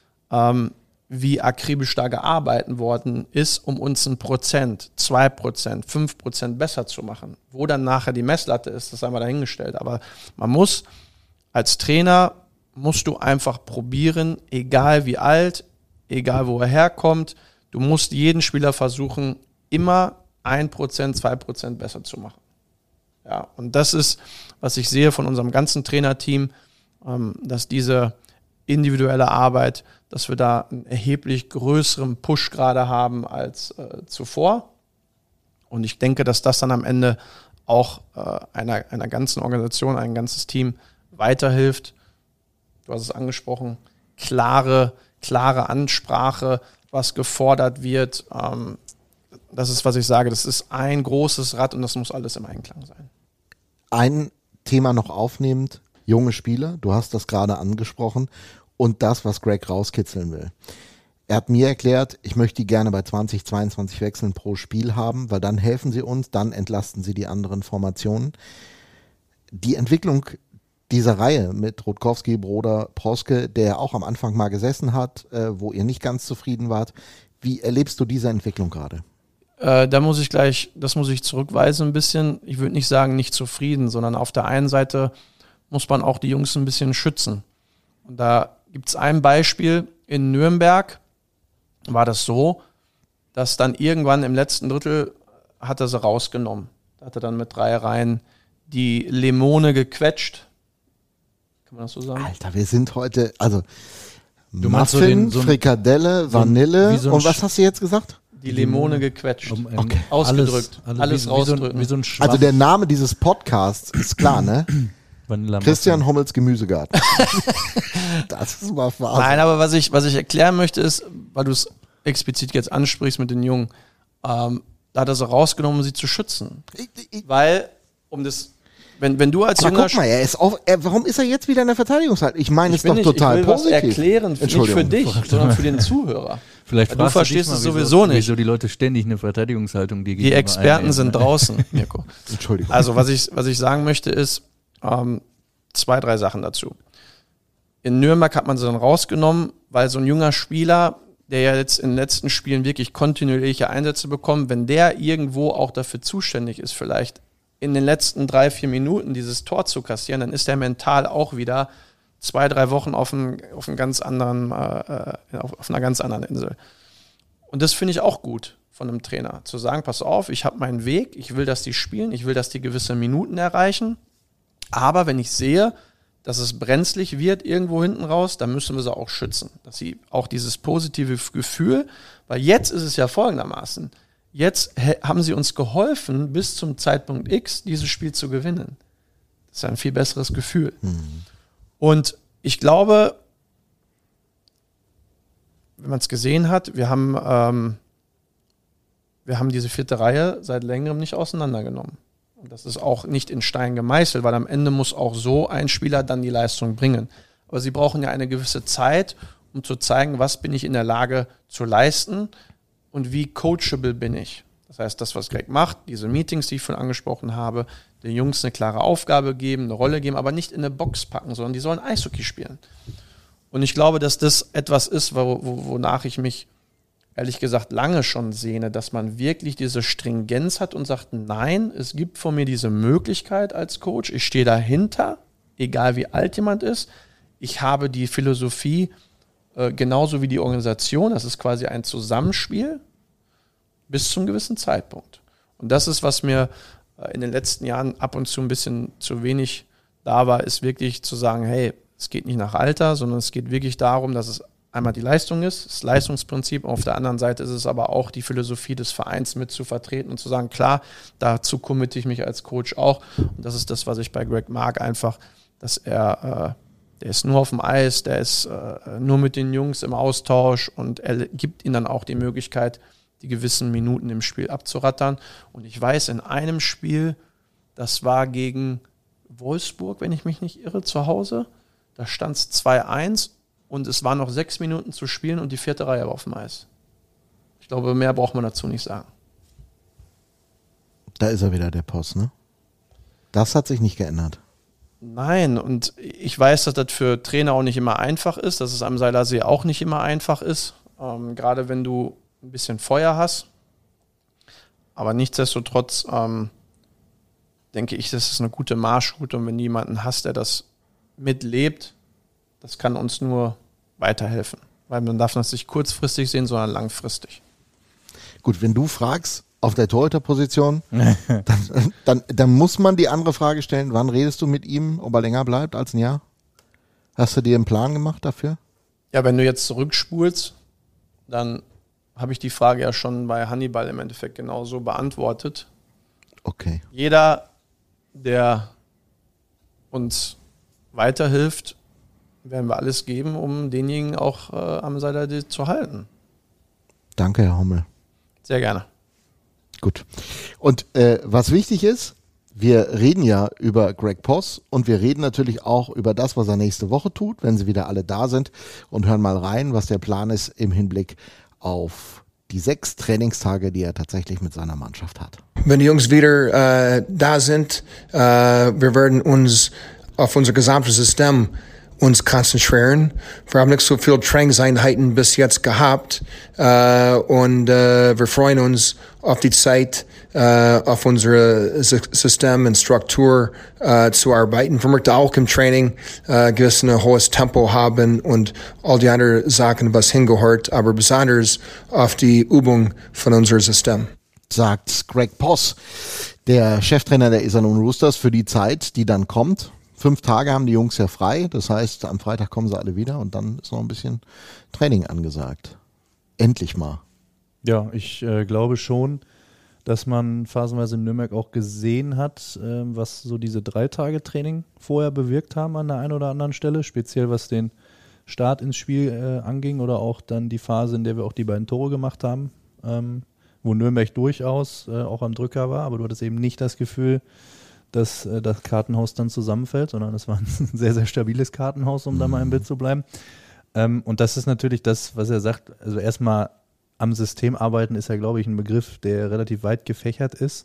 wie akribisch da gearbeitet worden ist, um uns 1%, 2%, 5% besser zu machen. Wo dann nachher die Messlatte ist, das sei mal dahingestellt. Aber man muss, als Trainer, musst du einfach probieren, egal wie alt, egal wo er herkommt, du musst jeden Spieler versuchen, immer 1%, 2% besser zu machen. Ja, und das ist, was ich sehe von unserem ganzen Trainerteam, dass diese individuelle Arbeit, dass wir da einen erheblich größeren Push gerade haben als zuvor. Und ich denke, dass das dann am Ende auch einer ganzen Organisation, ein ganzes Team weiterhilft. Du hast es angesprochen, klare Ansprache, was gefordert wird. Das ist, was ich sage, das ist ein großes Rad und das muss alles im Einklang sein. Ein Thema noch aufnehmend, junge Spieler, du hast das gerade angesprochen und das, was Greg rauskitzeln will. Er hat mir erklärt, ich möchte die gerne bei 20, 22 Wechseln pro Spiel haben, weil dann helfen sie uns, dann entlasten sie die anderen Formationen. Die Entwicklung dieser Reihe mit Rutkowski, Broder, Proske, der auch am Anfang mal gesessen hat, wo ihr nicht ganz zufrieden wart. Wie erlebst du diese Entwicklung gerade? Das muss ich zurückweisen ein bisschen. Ich würde nicht sagen, nicht zufrieden, sondern auf der einen Seite muss man auch die Jungs ein bisschen schützen. Und da gibt es ein Beispiel. In Nürnberg war das so, dass dann irgendwann im letzten Drittel hat er sie rausgenommen. Da hat er dann mit 3 Reihen die Lemone gequetscht. Kann man das so sagen? Alter, wir sind heute, also Du meinst Muffin, so Frikadelle, Vanille und was hast du jetzt gesagt? Die Limone gequetscht. Okay. Ausgedrückt. Alles rausdrücken. Wie so ein Schwamm. Also der Name dieses Podcasts ist klar, ne? Christian Hommels Gemüsegarten. Das ist mal Phase. Nein, aber was ich erklären möchte ist, weil du es explizit jetzt ansprichst mit den Jungen, da hat er sie rausgenommen, um sie zu schützen. Weil, wenn du als Aber junger guck mal, warum ist er jetzt wieder in der Verteidigungshaltung? Ich meine, es ist doch total ich will positiv. was erklären, nicht für dich, sondern für den Zuhörer. Vielleicht du verstehst es sowieso nicht. Wieso die Leute ständig eine Verteidigungshaltung die Die Experten sind draußen, Mirko. Entschuldigung. Also was ich sagen möchte ist, 2, 3 Sachen dazu. In Nürnberg hat man sie dann rausgenommen, weil so ein junger Spieler, der ja jetzt in den letzten Spielen wirklich kontinuierliche Einsätze bekommt, wenn der irgendwo auch dafür zuständig ist, vielleicht in den letzten 3, 4 Minuten dieses Tor zu kassieren, dann ist der mental auch wieder 2, 3 Wochen auf einer ganz anderen Insel. Und das finde ich auch gut von einem Trainer, zu sagen, pass auf, ich habe meinen Weg, ich will, dass die spielen, ich will, dass die gewisse Minuten erreichen, aber wenn ich sehe, dass es brenzlig wird irgendwo hinten raus, dann müssen wir sie auch schützen, dass sie auch dieses positive Gefühl, weil jetzt ist es ja folgendermaßen, jetzt haben sie uns geholfen, bis zum Zeitpunkt X dieses Spiel zu gewinnen. Das ist ein viel besseres Gefühl. Und ich glaube, wenn man es gesehen hat, wir haben diese 4. Reihe seit längerem nicht auseinandergenommen. Und das ist auch nicht in Stein gemeißelt, weil am Ende muss auch so ein Spieler dann die Leistung bringen. Aber sie brauchen ja eine gewisse Zeit, um zu zeigen, was bin ich in der Lage zu leisten und wie coachable bin ich. Das heißt, das, was Greg macht, diese Meetings, die ich vorhin angesprochen habe, den Jungs eine klare Aufgabe geben, eine Rolle geben, aber nicht in eine Box packen, sondern die sollen Eishockey spielen. Und ich glaube, dass das etwas ist, wonach ich mich ehrlich gesagt lange schon sehne, dass man wirklich diese Stringenz hat und sagt, nein, es gibt von mir diese Möglichkeit als Coach, ich stehe dahinter, egal wie alt jemand ist, ich habe die Philosophie genauso wie die Organisation, das ist quasi ein Zusammenspiel bis zum gewissen Zeitpunkt. Und das ist, was mir in den letzten Jahren ab und zu ein bisschen zu wenig da war, ist wirklich zu sagen, hey, es geht nicht nach Alter, sondern es geht wirklich darum, dass es einmal die Leistung ist, das Leistungsprinzip, auf der anderen Seite ist es aber auch die Philosophie des Vereins mit zu vertreten und zu sagen, klar, dazu committe ich mich als Coach auch und das ist das, was ich bei Greg mag, einfach, dass der ist nur auf dem Eis, der ist nur mit den Jungs im Austausch und er gibt ihnen dann auch die Möglichkeit, die gewissen Minuten im Spiel abzurattern und ich weiß, in einem Spiel, das war gegen Wolfsburg, wenn ich mich nicht irre, zu Hause, da stand es 2-1 und es waren noch 6 Minuten zu spielen und die 4. Reihe war auf dem Eis. Ich glaube, mehr braucht man dazu nicht sagen. Da ist er wieder, der Post, ne? Das hat sich nicht geändert. Nein, und ich weiß, dass das für Trainer auch nicht immer einfach ist, dass es am Seilersee auch nicht immer einfach ist, gerade wenn du ein bisschen Feuer hast. Aber nichtsdestotrotz denke ich, das ist eine gute Marschroute und wenn du jemanden hast, der das mitlebt, das kann uns nur weiterhelfen. Weil man darf das nicht kurzfristig sehen, sondern langfristig. Gut, wenn du fragst, auf der Torhüterposition, dann muss man die andere Frage stellen, wann redest du mit ihm, ob er länger bleibt als ein Jahr? Hast du dir einen Plan gemacht dafür? Ja, wenn du jetzt zurückspulst, dann habe ich die Frage ja schon bei Hannibal im Endeffekt genauso beantwortet. Okay. Jeder, der uns weiterhilft, werden wir alles geben, um denjenigen auch am Seilersee zu halten. Danke, Herr Hommel. Sehr gerne. Gut. Und was wichtig ist, wir reden ja über Greg Poss und wir reden natürlich auch über das, was er nächste Woche tut, wenn sie wieder alle da sind und hören mal rein, was der Plan ist im Hinblick auf die 6 Trainingstage, die er tatsächlich mit seiner Mannschaft hat. Wenn die Jungs wieder da sind, wir werden uns auf unser gesamtes System uns konzentrieren. Wir haben nicht so viel Trainingseinheiten bis jetzt gehabt und wir freuen uns auf die Zeit, auf unser System und Struktur zu arbeiten. Wir möchten auch im Training gewiss ein hohes Tempo haben und all die anderen Sachen, was hingehört, aber besonders auf die Übung von unserem System. Sagt Greg Poss, der Cheftrainer der Iserlohn Roosters, für die Zeit, die dann kommt. 5 Tage haben die Jungs ja frei. Das heißt, am Freitag kommen sie alle wieder und dann ist noch ein bisschen Training angesagt. Endlich mal. Ja, ich glaube schon, dass man phasenweise in Nürnberg auch gesehen hat, was so diese 3 Tage Training vorher bewirkt haben an der einen oder anderen Stelle, speziell was den Start ins Spiel anging oder auch dann die Phase, in der wir auch die 2 Tore gemacht haben, wo Nürnberg durchaus auch am Drücker war, aber du hattest eben nicht das Gefühl, dass das Kartenhaus dann zusammenfällt, sondern es war ein sehr, sehr stabiles Kartenhaus, um da mal im Bild zu bleiben. Und das ist natürlich das, was er sagt, also erstmal am System arbeiten ist ja, glaube ich, ein Begriff, der relativ weit gefächert ist.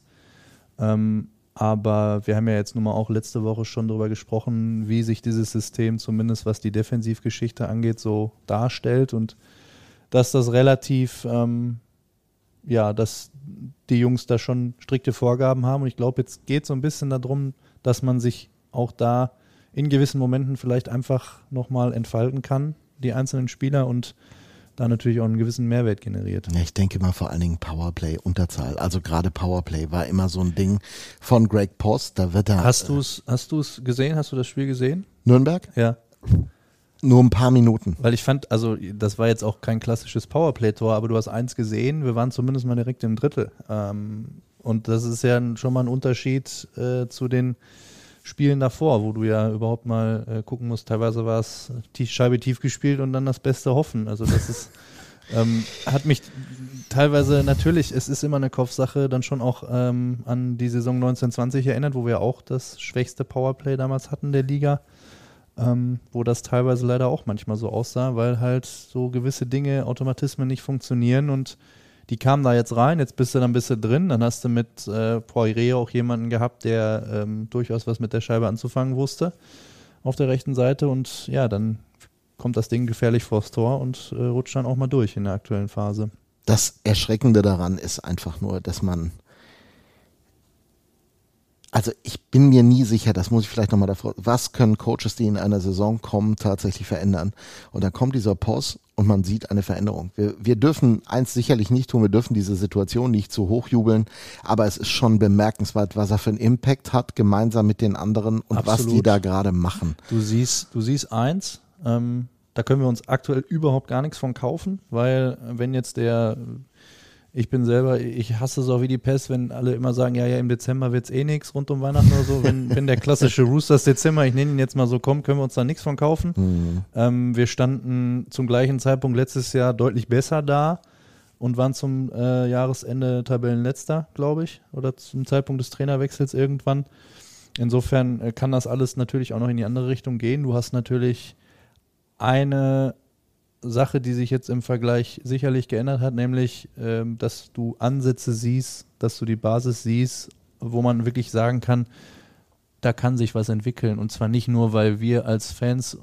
Aber wir haben ja jetzt nun mal auch letzte Woche schon darüber gesprochen, wie sich dieses System zumindest was die Defensivgeschichte angeht, so darstellt und dass das relativ, dass die Jungs da schon strikte Vorgaben haben. Und ich glaube, jetzt geht es so ein bisschen darum, dass man sich auch da in gewissen Momenten vielleicht einfach nochmal entfalten kann, die einzelnen Spieler, und da natürlich auch einen gewissen Mehrwert generiert. Ja, ich denke mal vor allen Dingen Powerplay, Unterzahl. Also gerade Powerplay war immer so ein Ding von Greg Post. Da wird er. Hast du es gesehen? Hast du das Spiel gesehen? Nürnberg? Ja. Nur ein paar Minuten. Weil ich fand, also das war jetzt auch kein klassisches Powerplay-Tor, aber du hast eins gesehen, wir waren zumindest mal direkt im Drittel. Und das ist ja schon mal ein Unterschied zu den Spielen davor, wo du ja überhaupt mal gucken musst, teilweise war es Scheibe tief gespielt und dann das Beste hoffen. Also das ist, hat mich teilweise natürlich, es ist immer eine Kopfsache, dann schon auch an die Saison 1920 erinnert, wo wir auch das schwächste Powerplay damals hatten der Liga, wo das teilweise leider auch manchmal so aussah, weil halt so gewisse Dinge, Automatismen nicht funktionieren, und die kamen da jetzt rein, jetzt bist du dann ein bisschen drin, dann hast du mit Poiré auch jemanden gehabt, der durchaus was mit der Scheibe anzufangen wusste auf der rechten Seite, und ja, dann kommt das Ding gefährlich vors Tor und rutscht dann auch mal durch in der aktuellen Phase. Das Erschreckende daran ist einfach nur, dass man, also ich bin mir nie sicher, das muss ich vielleicht nochmal davor, was können Coaches, die in einer Saison kommen, tatsächlich verändern? Und dann kommt dieser Post und man sieht eine Veränderung. Wir dürfen eins sicherlich nicht tun, wir dürfen diese Situation nicht zu hoch jubeln, aber es ist schon bemerkenswert, was er für einen Impact hat, gemeinsam mit den anderen und Absolut. Was die da gerade machen. Du siehst eins, da können wir uns aktuell überhaupt gar nichts von kaufen, weil wenn jetzt ich hasse es auch wie die Pest, wenn alle immer sagen, ja, im Dezember wird es eh nichts rund um Weihnachten oder so. Wenn der klassische Roosters Dezember, ich nenne ihn jetzt mal so, kommt, können wir uns da nichts von kaufen. Wir standen zum gleichen Zeitpunkt letztes Jahr deutlich besser da und waren zum Jahresende Tabellenletzter, glaube ich, oder zum Zeitpunkt des Trainerwechsels irgendwann. Insofern kann das alles natürlich auch noch in die andere Richtung gehen. Du hast natürlich eine Sache, die sich jetzt im Vergleich sicherlich geändert hat, nämlich, dass du Ansätze siehst, dass du die Basis siehst, wo man wirklich sagen kann, da kann sich was entwickeln, und zwar nicht nur, weil wir als Fans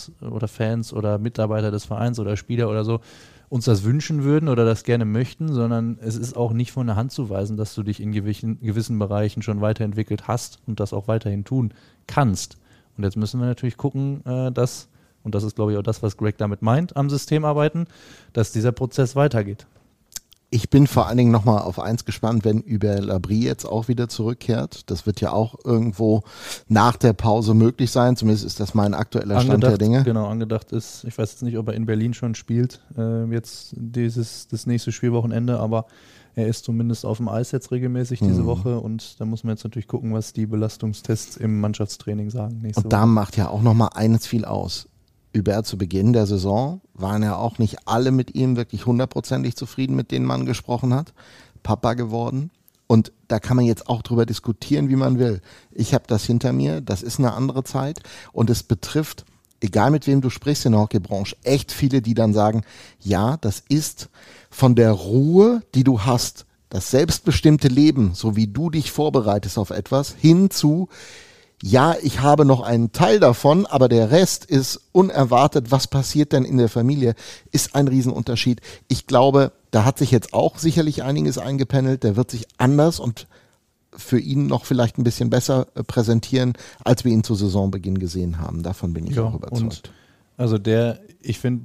oder Mitarbeiter des Vereins oder Spieler oder so uns das wünschen würden oder das gerne möchten, sondern es ist auch nicht von der Hand zu weisen, dass du dich in gewissen Bereichen schon weiterentwickelt hast und das auch weiterhin tun kannst. Und jetzt müssen wir natürlich gucken, dass, und das ist, glaube ich, auch das, was Greg damit meint, am System arbeiten, dass dieser Prozess weitergeht. Ich bin vor allen Dingen nochmal auf eins gespannt, wenn Hubert Labrie jetzt auch wieder zurückkehrt. Das wird ja auch irgendwo nach der Pause möglich sein. Zumindest ist das mein aktueller Stand der Dinge. Genau, angedacht ist, ich weiß jetzt nicht, ob er in Berlin schon spielt, jetzt das nächste Spielwochenende, aber er ist zumindest auf dem Eis jetzt regelmäßig diese Woche, und da muss man jetzt natürlich gucken, was die Belastungstests im Mannschaftstraining sagen nächste Woche. Und da macht ja auch nochmal eines viel aus. Hubert, zu Beginn der Saison waren ja auch nicht alle mit ihm wirklich hundertprozentig zufrieden, mit denen man gesprochen hat. Papa geworden. Und da kann man jetzt auch drüber diskutieren, wie man will. Ich habe das hinter mir, das ist eine andere Zeit, und es betrifft, egal mit wem du sprichst in der Hockeybranche, echt viele, die dann sagen, ja, das ist von der Ruhe, die du hast, das selbstbestimmte Leben, so wie du dich vorbereitest auf etwas, hin zu, ja, ich habe noch einen Teil davon, aber der Rest ist unerwartet. Was passiert denn in der Familie? Ist ein Riesenunterschied. Ich glaube, da hat sich jetzt auch sicherlich einiges eingependelt. Der wird sich anders und für ihn noch vielleicht ein bisschen besser präsentieren, als wir ihn zu Saisonbeginn gesehen haben. Davon bin ich auch überzeugt. Und also ich finde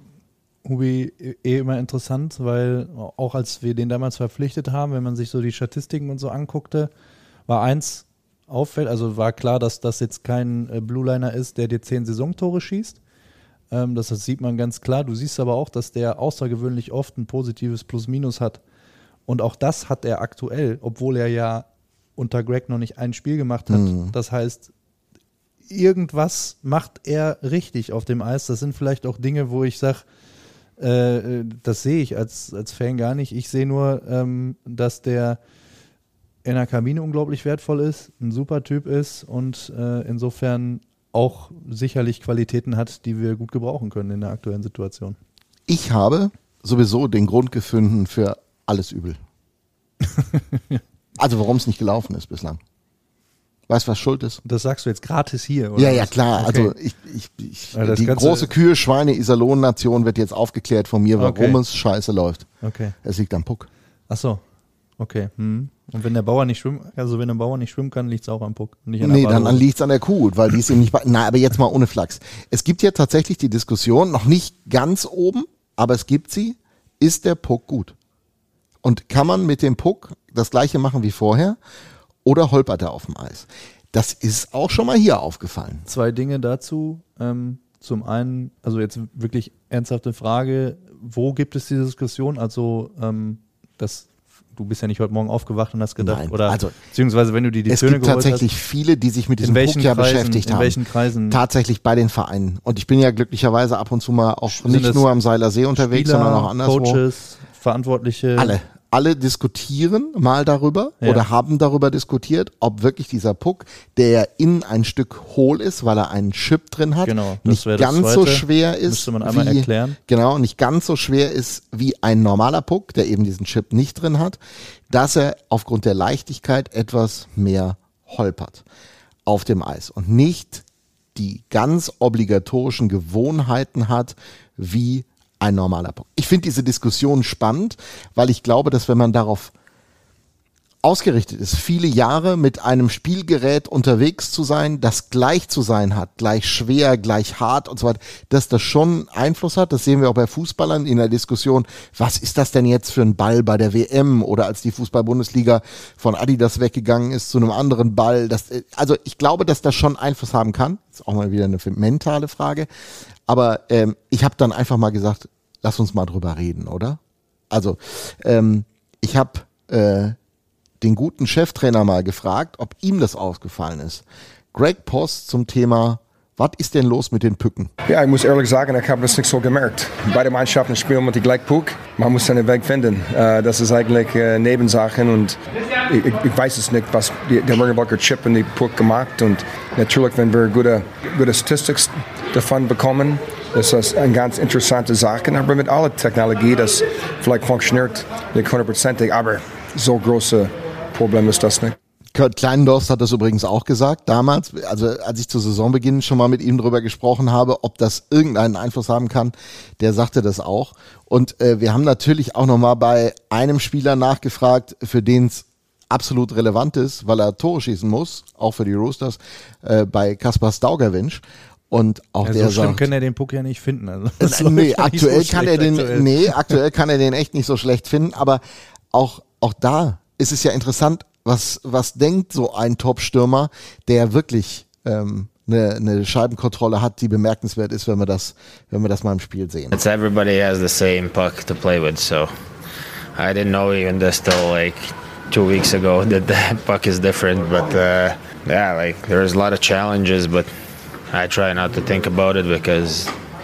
Hubi immer interessant, weil auch als wir den damals verpflichtet haben, wenn man sich so die Statistiken und so anguckte, war eins auffällt, also war klar, dass das jetzt kein Blue-Liner ist, der dir 10 Saisontore schießt. Das sieht man ganz klar. Du siehst aber auch, dass der außergewöhnlich oft ein positives Plus-Minus hat. Und auch das hat er aktuell, obwohl er ja unter Greg noch nicht ein Spiel gemacht hat. Das heißt, irgendwas macht er richtig auf dem Eis. Das sind vielleicht auch Dinge, wo ich sage, das sehe ich als Fan gar nicht. Ich sehe nur, dass der in der Kabine unglaublich wertvoll ist, ein super Typ ist und insofern auch sicherlich Qualitäten hat, die wir gut gebrauchen können in der aktuellen Situation. Ich habe sowieso den Grund gefunden für alles Übel. Also warum es nicht gelaufen ist bislang. Weißt du, was schuld ist? Das sagst du jetzt gratis hier, oder? Ja, klar. Okay. Also die große Kühe, Schweine, Iserlohn-Nation wird jetzt aufgeklärt von mir, warum es scheiße läuft. Okay. Es liegt am Puck. Ach so. Okay. Und wenn der Bauer nicht schwimmen kann, liegt es auch am Puck. Nicht an der dann liegt es an der Kuh, weil die ist ihm nicht Nein, aber jetzt mal ohne Flachs. Es gibt ja tatsächlich die Diskussion, noch nicht ganz oben, aber es gibt sie, ist der Puck gut? Und kann man mit dem Puck das gleiche machen wie vorher oder holpert er auf dem Eis? Das ist auch schon mal hier aufgefallen. 2 Dinge dazu. Zum einen, also jetzt wirklich ernsthafte Frage, wo gibt es diese Diskussion? Also du bist ja nicht heute Morgen aufgewacht und hast gedacht, Nein, oder also, beziehungsweise wenn du die Töne geholt hast. Es gibt tatsächlich viele, die sich mit diesem Puck ja beschäftigt haben. In welchen Kreisen? Tatsächlich bei den Vereinen. Und ich bin ja glücklicherweise ab und zu mal auch nicht nur am Seiler See unterwegs, Spieler, sondern auch anderswo. Coaches, Verantwortliche. Alle diskutieren mal darüber oder haben darüber diskutiert, ob wirklich dieser Puck, der innen ein Stück hohl ist, weil er einen Chip drin hat, nicht ganz so schwer ist. Müsste man einmal erklären. Genau, nicht ganz so schwer ist wie ein normaler Puck, der eben diesen Chip nicht drin hat, dass er aufgrund der Leichtigkeit etwas mehr holpert auf dem Eis und nicht die ganz obligatorischen Gewohnheiten hat, wie ein normaler Puck. Ich finde diese Diskussion spannend, weil ich glaube, dass wenn man darauf ausgerichtet ist, viele Jahre mit einem Spielgerät unterwegs zu sein, das gleich zu sein hat, gleich schwer, gleich hart und so weiter, dass das schon Einfluss hat. Das sehen wir auch bei Fußballern in der Diskussion. Was ist das denn jetzt für ein Ball bei der WM oder als die Fußball-Bundesliga von Adidas weggegangen ist zu einem anderen Ball? Also ich glaube, dass das schon Einfluss haben kann. Das ist auch mal wieder eine mentale Frage. Aber ich habe dann einfach mal gesagt, lass uns mal drüber reden, oder? Also ich habe den guten Cheftrainer mal gefragt, ob ihm das aufgefallen ist. Greg Post zum Thema, was ist denn los mit den Pücken? Ja, ich muss ehrlich sagen, ich habe das nicht so gemerkt. Beide Mannschaften spielen mit dem gleichen Puck. Man muss seinen Weg finden. Das ist eigentlich Nebensachen und ich weiß es nicht, was der Ringelbacher Chip in den Puck gemacht und natürlich, wenn wir gute Statistiken davon bekommen, das ist eine ganz interessante Sache, aber mit aller Technologie, das vielleicht funktioniert nicht 100%, aber so große Problem ist das nicht. Kurt Kleinendorst hat das übrigens auch gesagt, damals, also als ich zu Saisonbeginn schon mal mit ihm drüber gesprochen habe, ob das irgendeinen Einfluss haben kann, der sagte das auch. Und wir haben natürlich auch nochmal bei einem Spieler nachgefragt, für den es absolut relevant ist, weil er Tore schießen muss, auch für die Roosters, bei Kaspar Staugerwinsch. Und auch ja, der so schlimm sagt, kann er den Puck ja nicht finden. Also aktuell aktuell kann er den echt nicht so schlecht finden, aber auch da ist es ja interessant, was denkt so ein Top-Stürmer, der wirklich eine Scheibenkontrolle hat, die bemerkenswert ist, wenn wir das mal im Spiel sehen. It's everybody has the same puck to play with, so I didn't know even this till like 2 weeks ago that the puck is different, but yeah, like there's a lot of challenges, but I try not to think about it because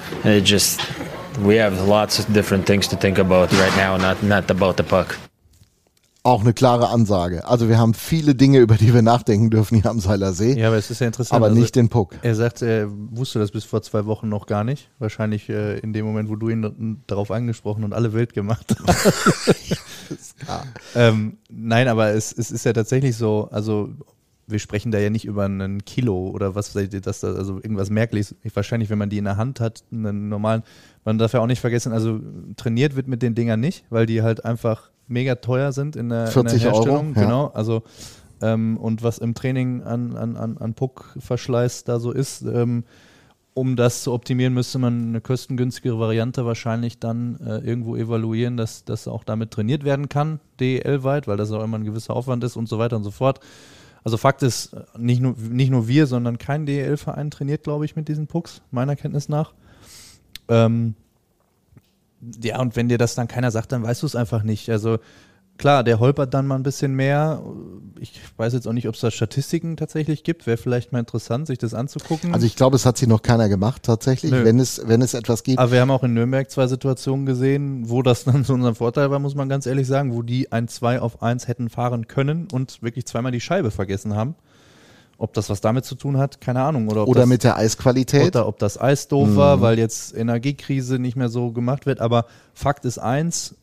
we have lots of different things to think about right now, not about the puck. Auch eine klare Ansage. Also wir haben viele Dinge, über die wir nachdenken dürfen hier am Seiler See. Ja, aber es ist ja interessant. Aber nicht den Puck. Er sagt, er wusste das bis vor 2 Wochen noch gar nicht. Wahrscheinlich in dem Moment, wo du ihn darauf angesprochen und alle wild gemacht hast. Nein, aber es ist ja tatsächlich so, also wir sprechen da ja nicht über einen Kilo oder was, also irgendwas Merkliches. Wahrscheinlich, wenn man die in der Hand hat, einen normalen, man darf ja auch nicht vergessen, also trainiert wird mit den Dingern nicht, weil die halt einfach mega teuer sind in der Herstellung. €40, ja. Genau, also und was im Training an Puckverschleiß da so ist, um das zu optimieren, müsste man eine kostengünstigere Variante wahrscheinlich dann irgendwo evaluieren, dass das auch damit trainiert werden kann, DEL-weit, weil das auch immer ein gewisser Aufwand ist und so weiter und so fort. Also Fakt ist, nicht nur wir, sondern kein DEL-Verein trainiert, glaube ich, mit diesen Pucks, meiner Kenntnis nach. Ja, und wenn dir das dann keiner sagt, dann weißt du es einfach nicht. Also klar, der holpert dann mal ein bisschen mehr. Ich weiß jetzt auch nicht, ob es da Statistiken tatsächlich gibt. Wäre vielleicht mal interessant, sich das anzugucken. Also ich glaube, es hat sie noch keiner gemacht tatsächlich, wenn es etwas gibt. Aber wir haben auch in Nürnberg 2 Situationen gesehen, wo das dann zu unserem Vorteil war, muss man ganz ehrlich sagen, wo die ein 2-auf-1 hätten fahren können und wirklich zweimal die Scheibe vergessen haben. Ob das was damit zu tun hat, keine Ahnung. Oder mit der Eisqualität. Oder ob das Eis doof war, weil jetzt Energiekrise nicht mehr so gemacht wird. Aber Fakt ist eins,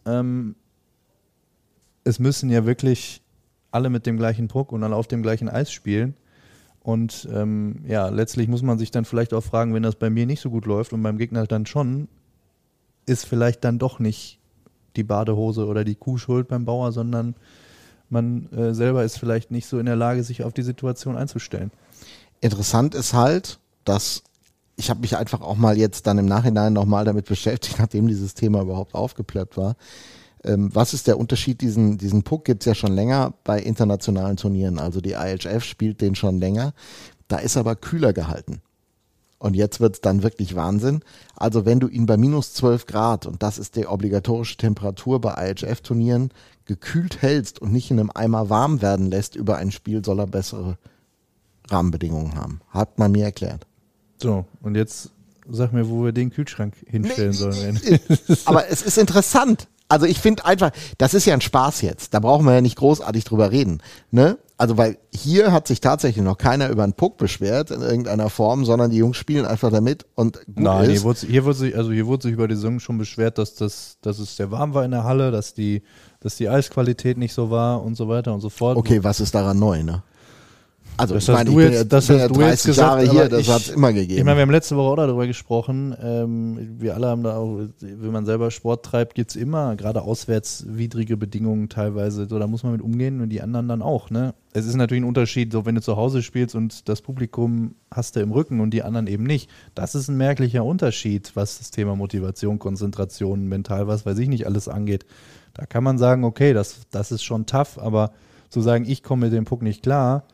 es müssen ja wirklich alle mit dem gleichen Puck und alle auf dem gleichen Eis spielen. Und ja, letztlich muss man sich dann vielleicht auch fragen, wenn das bei mir nicht so gut läuft und beim Gegner dann schon, ist vielleicht dann doch nicht die Badehose oder die Kuh schuld beim Bauer, sondern man selber ist vielleicht nicht so in der Lage, sich auf die Situation einzustellen. Interessant ist halt, dass ich habe mich einfach auch mal jetzt dann im Nachhinein nochmal damit beschäftigt, nachdem dieses Thema überhaupt aufgeploppt war. Was ist der Unterschied? Diesen Puck gibt es ja schon länger bei internationalen Turnieren. Also die IHF spielt den schon länger. Da ist aber kühler gehalten. Und jetzt wird es dann wirklich Wahnsinn. Also wenn du ihn bei minus 12 Grad, und das ist die obligatorische Temperatur bei IHF-Turnieren, gekühlt hältst und nicht in einem Eimer warm werden lässt über ein Spiel, soll er bessere Rahmenbedingungen haben. Hat man mir erklärt. So, und jetzt sag mir, wo wir den Kühlschrank hinstellen sollen. Aber es ist interessant. Also ich finde einfach, das ist ja ein Spaß jetzt. Da brauchen wir ja nicht großartig drüber reden. Ne? Also weil hier hat sich tatsächlich noch keiner über einen Puck beschwert in irgendeiner Form, sondern die Jungs spielen einfach damit und gut Nein, ist. Hier wurde sich über die Saison schon beschwert, dass es sehr warm war in der Halle, dass die Eisqualität nicht so war und so weiter und so fort. Okay, was ist daran neu, ne? Also das ich meine, ich bin ja 30 Jahre hier, das hat es immer gegeben. Ich meine, wir haben letzte Woche auch darüber gesprochen, wir alle haben da auch, wenn man selber Sport treibt, gibt es immer, gerade auswärts, widrige Bedingungen teilweise, so, da muss man mit umgehen und die anderen dann auch, ne? Es ist natürlich ein Unterschied, so wenn du zu Hause spielst und das Publikum hast du im Rücken und die anderen eben nicht. Das ist ein merklicher Unterschied, was das Thema Motivation, Konzentration, mental, was weiß ich nicht alles angeht. Da kann man sagen, okay, das ist schon tough, aber zu sagen, ich komme mit dem Puck nicht klar,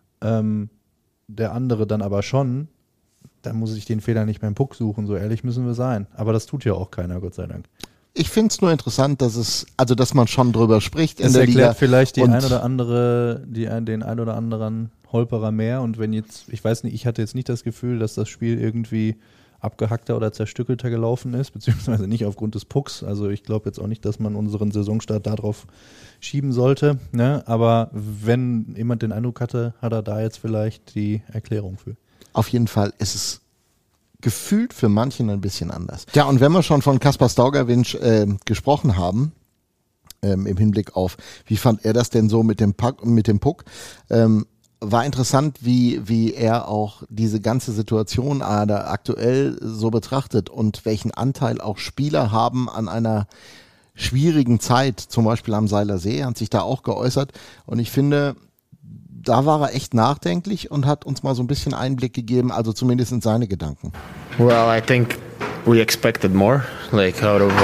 der andere dann aber schon, dann muss ich den Fehler nicht beim Puck suchen, so ehrlich müssen wir sein. Aber das tut ja auch keiner, Gott sei Dank. Ich finde es nur interessant, dass man schon drüber spricht in der Liga. Es erklärt vielleicht den ein oder anderen Holperer mehr und wenn jetzt, ich weiß nicht, ich hatte jetzt nicht das Gefühl, dass das Spiel irgendwie abgehackter oder zerstückelter gelaufen ist, beziehungsweise nicht aufgrund des Pucks. Also ich glaube jetzt auch nicht, dass man unseren Saisonstart darauf schieben sollte. Ne? Aber wenn jemand den Eindruck hatte, hat er da jetzt vielleicht die Erklärung für. Auf jeden Fall ist es gefühlt für manchen ein bisschen anders. Ja, und wenn wir schon von Kaspar Staugerwinsch gesprochen haben, im Hinblick auf, wie fand er das denn so mit dem Puck, war interessant, wie er auch diese ganze Situation da aktuell so betrachtet und welchen Anteil auch Spieler haben an einer schwierigen Zeit, zum Beispiel am Seiler See, hat sich da auch geäußert und ich finde, da war er echt nachdenklich und hat uns mal so ein bisschen Einblick gegeben, also zumindest in seine Gedanken. Well, I think we expected more, like out of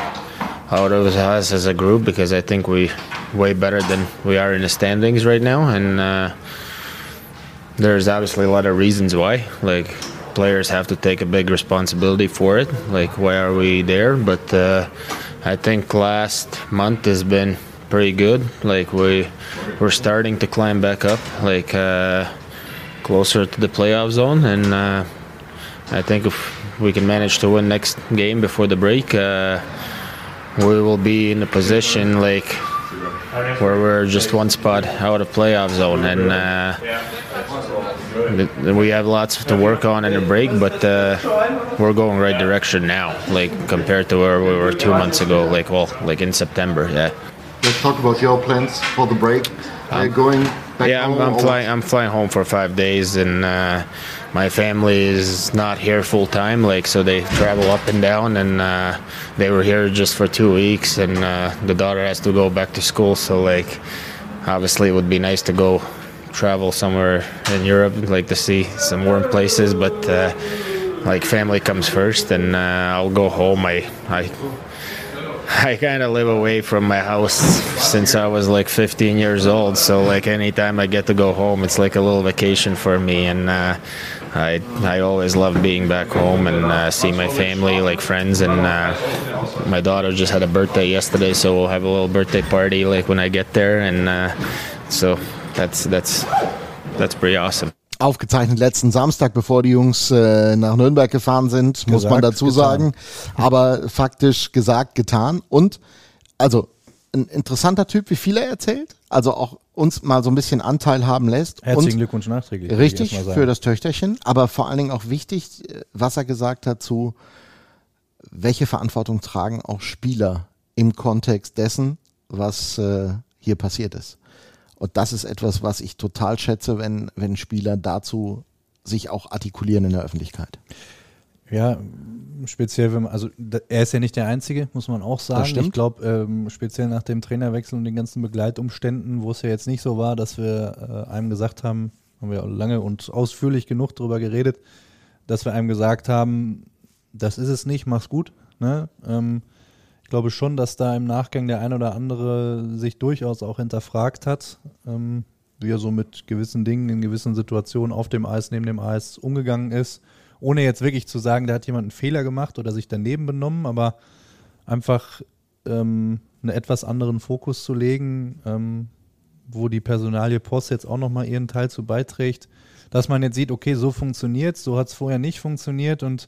us as a group, because I think we way better than we are in the standings right now, and there's obviously a lot of reasons why. Like players have to take a big responsibility for it. Like why are we there? But I think last month has been pretty good. Like we're starting to climb back up, like closer to the playoff zone, and I think if we can manage to win next game before the break, we will be in a position like where we're just one spot out of playoff zone, and we have lots to work on in the break, but we're going right direction now, like compared to where we were 2 months ago, like in September. Yeah. Let's talk about your plans for the break. Going back home? I'm flying home for 5 days, and my family is not here full time, like so they travel up and down, and they were here just for 2 weeks, and the daughter has to go back to school, so like obviously it would be nice to go travel somewhere in Europe, like to see some warm places, but like family comes first, and I'll go home. I I kind of live away from my house since I was like 15 years old. So like anytime I get to go home, it's like a little vacation for me. And I always love being back home and see my family, like friends. And my daughter just had a birthday yesterday, so we'll have a little birthday party like when I get there. And so that's pretty awesome. Aufgezeichnet letzten Samstag, bevor die Jungs nach Nürnberg gefahren sind, muss man dazu sagen. Aber faktisch gesagt, getan. Und also ein interessanter Typ, wie viel er erzählt. Also auch uns mal so ein bisschen Anteil haben lässt. Herzlichen Glückwunsch nachträglich. Richtig, für das Töchterchen. Aber vor allen Dingen auch wichtig, was er gesagt hat zu, welche Verantwortung tragen auch Spieler im Kontext dessen, was hier passiert ist. Und das ist etwas, was ich total schätze, wenn Spieler dazu sich auch artikulieren in der Öffentlichkeit. Ja, speziell, wenn man, also er ist ja nicht der Einzige, muss man auch sagen. Das stimmt. Ich glaube, speziell nach dem Trainerwechsel und den ganzen Begleitumständen, wo es ja jetzt nicht so war, dass wir einem gesagt haben wir auch lange und ausführlich genug darüber geredet, dass wir einem gesagt haben, das ist es nicht, mach's gut. Ne? Ich glaube schon, dass da im Nachgang der ein oder andere sich durchaus auch hinterfragt hat, wie er so mit gewissen Dingen in gewissen Situationen auf dem Eis, neben dem Eis umgegangen ist, ohne jetzt wirklich zu sagen, da hat jemand einen Fehler gemacht oder sich daneben benommen, aber einfach einen etwas anderen Fokus zu legen, wo die Personalie Post jetzt auch nochmal ihren Teil zu beiträgt, dass man jetzt sieht, okay, so funktioniert es, so hat es vorher nicht funktioniert und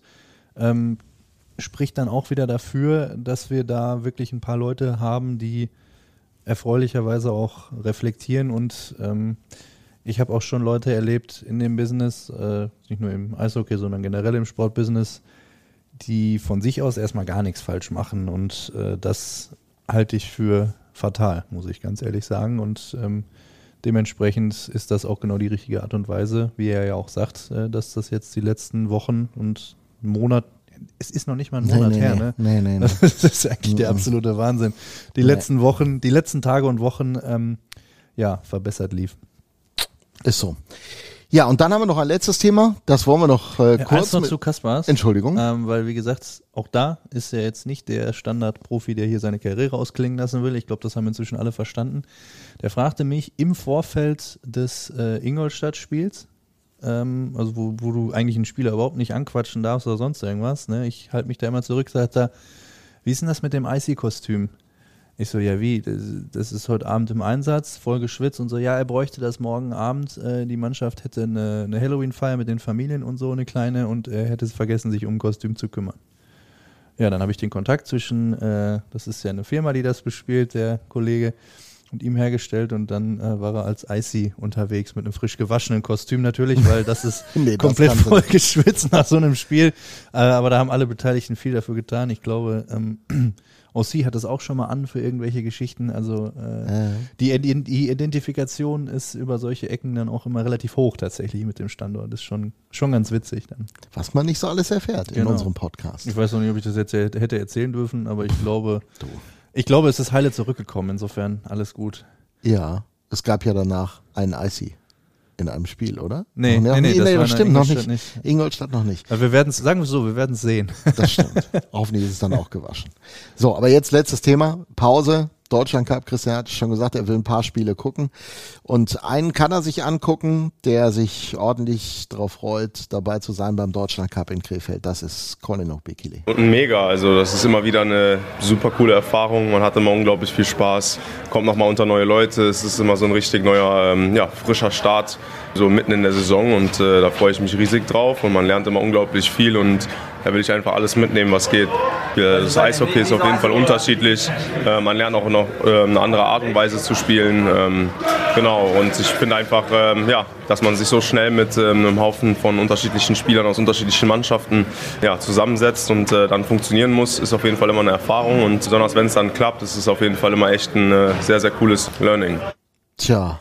spricht dann auch wieder dafür, dass wir da wirklich ein paar Leute haben, die erfreulicherweise auch reflektieren und ich habe auch schon Leute erlebt in dem Business, nicht nur im Eishockey, sondern generell im Sportbusiness, die von sich aus erstmal gar nichts falsch machen und das halte ich für fatal, muss ich ganz ehrlich sagen und dementsprechend ist das auch genau die richtige Art und Weise, wie er ja auch sagt, dass das jetzt die letzten Wochen und Monat, es ist noch nicht mal ein Monat her, ne? Nee. Das ist eigentlich der absolute Wahnsinn. Die letzten Wochen, die letzten Tage und Wochen, verbessert lief. Ist so. Ja, und dann haben wir noch ein letztes Thema, das wollen wir noch kurz noch zu Kaspars. Entschuldigung. Weil, wie gesagt, auch da ist er jetzt nicht der Standard-Profi, der hier seine Karriere ausklingen lassen will. Ich glaube, das haben inzwischen alle verstanden. Der fragte mich im Vorfeld des Ingolstadt-Spiels, also wo du eigentlich einen Spieler überhaupt nicht anquatschen darfst oder sonst irgendwas. Ne? Ich halte mich da immer zurück, sagt er, wie ist denn das mit dem Icy-Kostüm? Ich so, ja wie, das ist heute Abend im Einsatz, voll geschwitzt und so, ja, er bräuchte das morgen Abend, die Mannschaft hätte eine Halloween-Feier mit den Familien und so, eine kleine, und er hätte es vergessen, sich um ein Kostüm zu kümmern. Ja, dann habe ich den Kontakt zwischen, das ist ja eine Firma, die das bespielt, der Kollege, und ihm hergestellt und dann war er als Icy unterwegs mit einem frisch gewaschenen Kostüm natürlich, weil das ist komplett voll geschwitzt nach so einem Spiel, aber da haben alle Beteiligten viel dafür getan. Ich glaube, OC hat das auch schon mal an für irgendwelche Geschichten, also die Identifikation ist über solche Ecken dann auch immer relativ hoch tatsächlich mit dem Standort, das ist schon ganz witzig dann. Was man nicht so alles erfährt in unserem Podcast. Ich weiß noch nicht, ob ich das jetzt hätte erzählen dürfen, aber ich glaube, es ist heile zurückgekommen, insofern alles gut. Ja, es gab ja danach einen Icy in einem Spiel, oder? Nee, das stimmt noch nicht. Ingolstadt noch nicht. Aber wir werden es, sagen wir so, wir werden es sehen. Das stimmt. Hoffentlich ist es dann auch gewaschen. So, aber jetzt letztes Thema, Pause. Deutschland Cup, Christian hat schon gesagt, er will ein paar Spiele gucken. Und einen kann er sich angucken, der sich ordentlich darauf freut, dabei zu sein beim Deutschland Cup in Krefeld. Das ist Colin O'Bekele. Mega, also das ist immer wieder eine super coole Erfahrung. Man hat immer unglaublich viel Spaß, kommt nochmal unter neue Leute. Es ist immer so ein richtig neuer, frischer Start, so mitten in der Saison. Und da freue ich mich riesig drauf und man lernt immer unglaublich viel und da will ich einfach alles mitnehmen, was geht. Das Eishockey ist auf jeden Fall unterschiedlich. Man lernt auch noch eine andere Art und Weise zu spielen. Genau, und ich finde einfach, dass man sich so schnell mit einem Haufen von unterschiedlichen Spielern aus unterschiedlichen Mannschaften zusammensetzt und dann funktionieren muss, ist auf jeden Fall immer eine Erfahrung. Und besonders wenn es dann klappt, ist es auf jeden Fall immer echt ein sehr, sehr cooles Learning. Tja,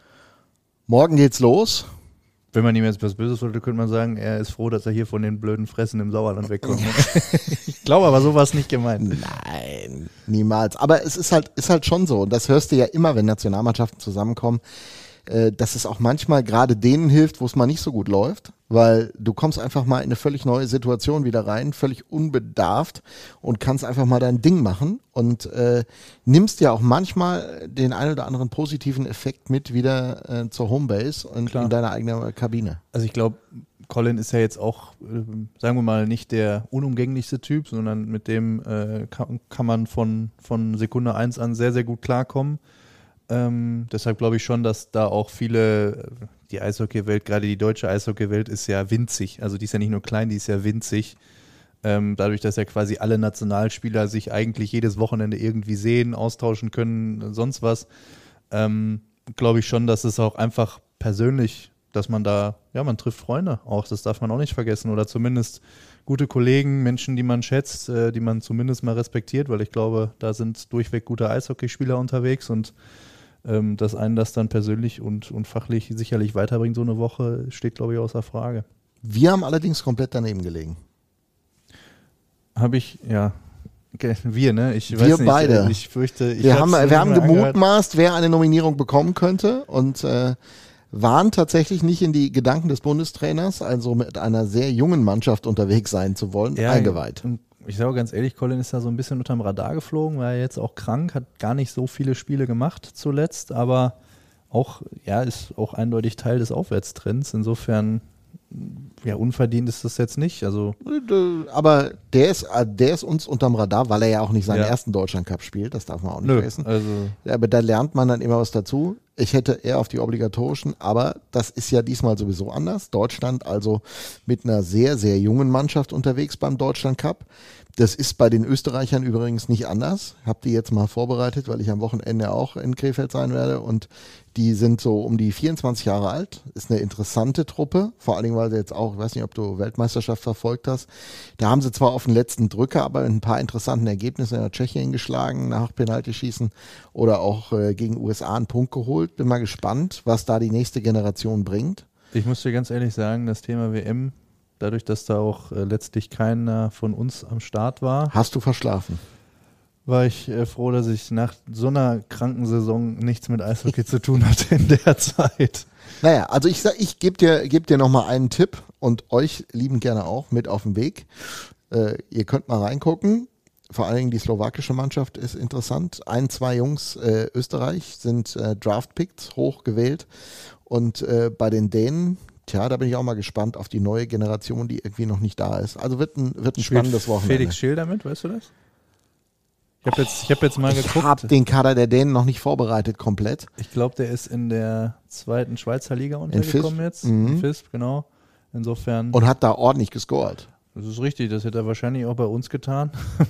morgen geht's los. Wenn man ihm jetzt was Böses wollte, könnte man sagen, er ist froh, dass er hier von den blöden Fressen im Sauerland wegkommt. Ich glaube aber, so war es nicht gemeint. Nein, niemals. Aber es ist halt schon so, und das hörst du ja immer, wenn Nationalmannschaften zusammenkommen, dass es auch manchmal gerade denen hilft, wo es mal nicht so gut läuft, weil du kommst einfach mal in eine völlig neue Situation wieder rein, völlig unbedarft und kannst einfach mal dein Ding machen und nimmst ja auch manchmal den einen oder anderen positiven Effekt mit wieder zur Homebase und Klar. in deiner eigenen Kabine. Also ich glaube, Colin ist ja jetzt auch, sagen wir mal, nicht der unumgänglichste Typ, sondern mit dem kann man von Sekunde 1 an sehr, sehr gut klarkommen. Deshalb glaube ich schon, dass da auch viele, die Eishockey-Welt, gerade die deutsche Eishockey-Welt ist ja winzig. Also die ist ja nicht nur klein, die ist ja winzig. Dadurch, dass ja quasi alle Nationalspieler sich eigentlich jedes Wochenende irgendwie sehen, austauschen können, sonst was, glaube ich schon, dass es auch einfach persönlich, dass man da, ja, man trifft Freunde auch, das darf man auch nicht vergessen oder zumindest gute Kollegen, Menschen, die man schätzt, die man zumindest mal respektiert, weil ich glaube, da sind durchweg gute Eishockeyspieler unterwegs und dass einen das dann persönlich und fachlich sicherlich weiterbringt, so eine Woche, steht, glaube ich, außer Frage. Wir haben allerdings komplett daneben gelegen. Habe ich, ja, okay, wir, ne? Ich Wir weiß nicht, beide. Ich fürchte, Wir haben gemutmaßt, wer eine Nominierung bekommen könnte und waren tatsächlich nicht in die Gedanken des Bundestrainers, also mit einer sehr jungen Mannschaft unterwegs sein zu wollen, eingeweiht. Und ich sage ganz ehrlich, Colin ist da so ein bisschen unterm Radar geflogen, war jetzt auch krank, hat gar nicht so viele Spiele gemacht zuletzt, aber auch, ja, ist auch eindeutig Teil des Aufwärtstrends. Insofern, ja, unverdient ist das jetzt nicht. Also Aber der ist uns unterm Radar, weil er ja auch nicht seinen ersten Deutschland-Cup spielt, das darf man auch nicht vergessen. Also Aber da lernt man dann immer was dazu. Ich hätte eher auf die obligatorischen, aber das ist ja diesmal sowieso anders. Deutschland also mit einer sehr, sehr jungen Mannschaft unterwegs beim Deutschland Cup. Das ist bei den Österreichern übrigens nicht anders. Hab die jetzt mal vorbereitet, weil ich am Wochenende auch in Krefeld sein werde und die sind so um die 24 Jahre alt. Ist eine interessante Truppe, vor allen Dingen, weil sie jetzt auch, ich weiß nicht, ob du Weltmeisterschaft verfolgt hast. Da haben sie zwar auf den letzten Drücker, aber mit ein paar interessanten Ergebnissen in der Tschechien geschlagen, nach Penaltyschießen oder auch gegen USA einen Punkt geholt. Bin mal gespannt, was da die nächste Generation bringt. ich muss dir ganz ehrlich sagen, das Thema WM, dadurch, dass da auch letztlich keiner von uns am Start war, Hast du verschlafen? war ich froh, dass ich nach so einer kranken Saison nichts mit Eishockey zu tun hatte in der Zeit. Naja, also ich geb dir nochmal einen Tipp und euch lieben gerne auch mit auf den Weg. Ihr könnt mal reingucken. Vor allen Dingen die slowakische Mannschaft ist interessant. 2 Jungs Österreich sind Draft-Picks, hoch gewählt. Und bei den Dänen, tja, da bin ich auch mal gespannt auf die neue Generation, die irgendwie noch nicht da ist. Also wird ein spannendes Wochenende. Felix Schill damit, weißt du das? Ich hab jetzt mal Ich geguckt. habe den Kader der Dänen noch nicht vorbereitet komplett. Ich glaube, der ist in der 2. Schweizer Liga untergekommen jetzt. In FISP, genau. Insofern. Und hat da ordentlich gescored. Das ist richtig, das hätte er wahrscheinlich auch bei uns getan.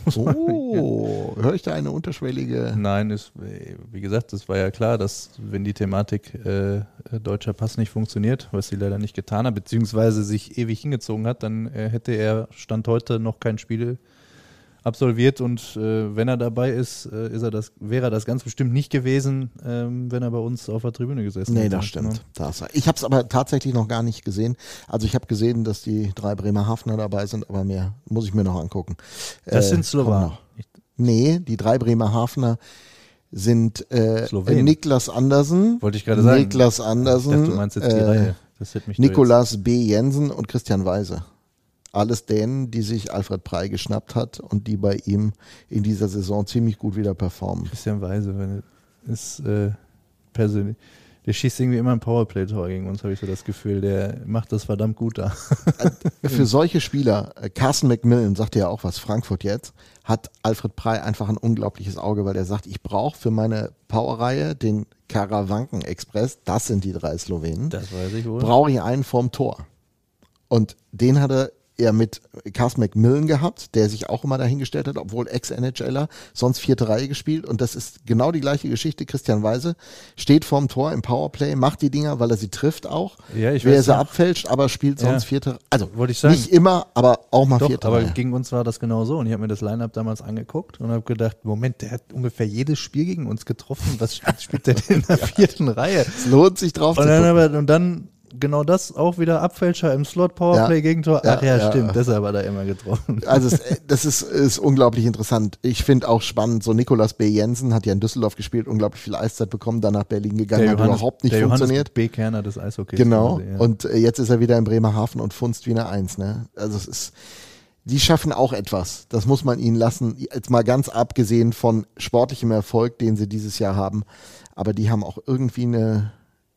Oh, höre ich da eine unterschwellige... Nein, wie gesagt, das war ja klar, dass wenn die Thematik deutscher Pass nicht funktioniert, was sie leider nicht getan hat, beziehungsweise sich ewig hingezogen hat, dann hätte er Stand heute noch kein Spiel absolviert und wenn er dabei ist, wäre er das ganz bestimmt nicht gewesen, wenn er bei uns auf der Tribüne gesessen hätte. Nee, das stimmt. Ich habe es aber tatsächlich noch gar nicht gesehen. Also ich habe gesehen, dass die 3 Bremerhavener dabei sind, aber mehr muss ich mir noch angucken. Das sind Slowaken. Nee, die 3 Bremerhavener sind Slowenen. Niklas Andersen. Wollte ich gerade sagen. Niklas Andersen. Ich dachte, du meinst jetzt die Reihe. Das hätte mich Nikolas B. Jensen und Christian Weise. Alles Dänen, die sich Alfred Prey geschnappt hat und die bei ihm in dieser Saison ziemlich gut wieder performen. Christian Weise, ist persönlich. Der schießt irgendwie immer ein Powerplay-Tor gegen uns, habe ich so das Gefühl. Der macht das verdammt gut da. Für solche Spieler, Carson McMillan sagt ja auch was, Frankfurt jetzt, hat Alfred Prey einfach ein unglaubliches Auge, weil er sagt, ich brauche für meine Powerreihe den Karawanken-Express, das sind die 3 Slowenen, Das weiß ich wohl. brauche ich einen vorm Tor. Und den hat er mit Carson McMillan gehabt, der sich auch immer dahingestellt hat, obwohl Ex-NHLer, sonst 4. Reihe gespielt und das ist genau die gleiche Geschichte. Christian Weise steht vorm Tor im Powerplay, macht die Dinger, weil er sie trifft auch, Ja, ich wer weiß sie noch. abfälscht, aber spielt sonst Ja. 4. Also Wollte ich sagen. nicht immer, aber auch mal 4. Doch, aber Reihe. gegen uns war das genau so und ich habe mir das Line-Up damals angeguckt und habe gedacht, Moment, der hat ungefähr jedes Spiel gegen uns getroffen. Was spielt der denn in der 4. Reihe? Es lohnt sich drauf Und zu dann, gucken. und dann genau das auch wieder Abfälscher im Slot, Powerplay, Gegentor. Ach ja, stimmt, deshalb hat er immer getroffen. Also das ist unglaublich interessant. Ich finde auch spannend, so Nicolas B. Jensen hat ja in Düsseldorf gespielt, unglaublich viel Eiszeit bekommen, dann nach Berlin gegangen, hat überhaupt nicht funktioniert. Der B. Kerner des Eishockeys. Genau, und jetzt ist er wieder in Bremerhaven und funzt wie eine Eins. Ne? Also die schaffen auch etwas, das muss man ihnen lassen, jetzt mal ganz abgesehen von sportlichem Erfolg, den sie dieses Jahr haben, aber die haben auch irgendwie eine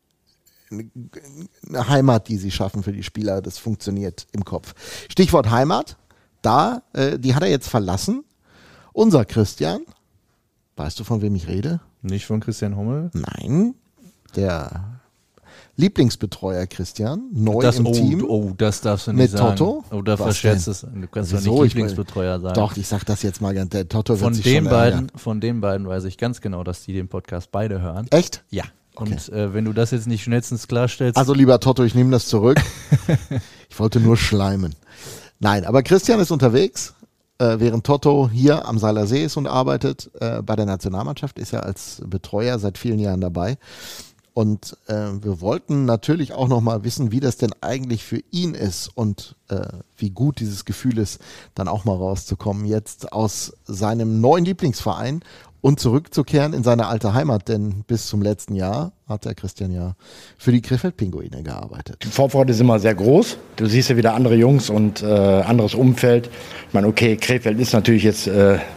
Heimat, die sie schaffen für die Spieler, das funktioniert im Kopf. Stichwort Heimat, die hat er jetzt verlassen. Unser Christian, weißt du, von wem ich rede? Nicht von Christian Hommel? Nein, der Lieblingsbetreuer Christian, neu im Team. Oh, das darfst du nicht sagen. Mit Toto? Oh, da verschätzt es. Du kannst doch nicht Lieblingsbetreuer sagen. Doch, ich sag das jetzt mal ganz. Der Toto wird sich schon ärgern. Von den beiden weiß ich ganz genau, dass die den Podcast beide hören. Echt? Ja. Okay. Und wenn du das jetzt nicht schnellstens klarstellst. Also lieber Toto, ich nehme das zurück. Ich wollte nur schleimen. Nein, aber Christian ist unterwegs, während Toto hier am Seiler See ist und arbeitet. Bei der Nationalmannschaft ist er als Betreuer seit vielen Jahren dabei. Und wir wollten natürlich auch nochmal wissen, wie das denn eigentlich für ihn ist und wie gut dieses Gefühl ist, dann auch mal rauszukommen, jetzt aus seinem neuen Lieblingsverein und zurückzukehren in seine alte Heimat. Denn bis zum letzten Jahr hat der Christian ja für die Krefeld-Pinguine gearbeitet. Die Vorfreude ist immer sehr groß. Du siehst ja wieder andere Jungs und anderes Umfeld. Ich meine, okay, Krefeld ist natürlich jetzt...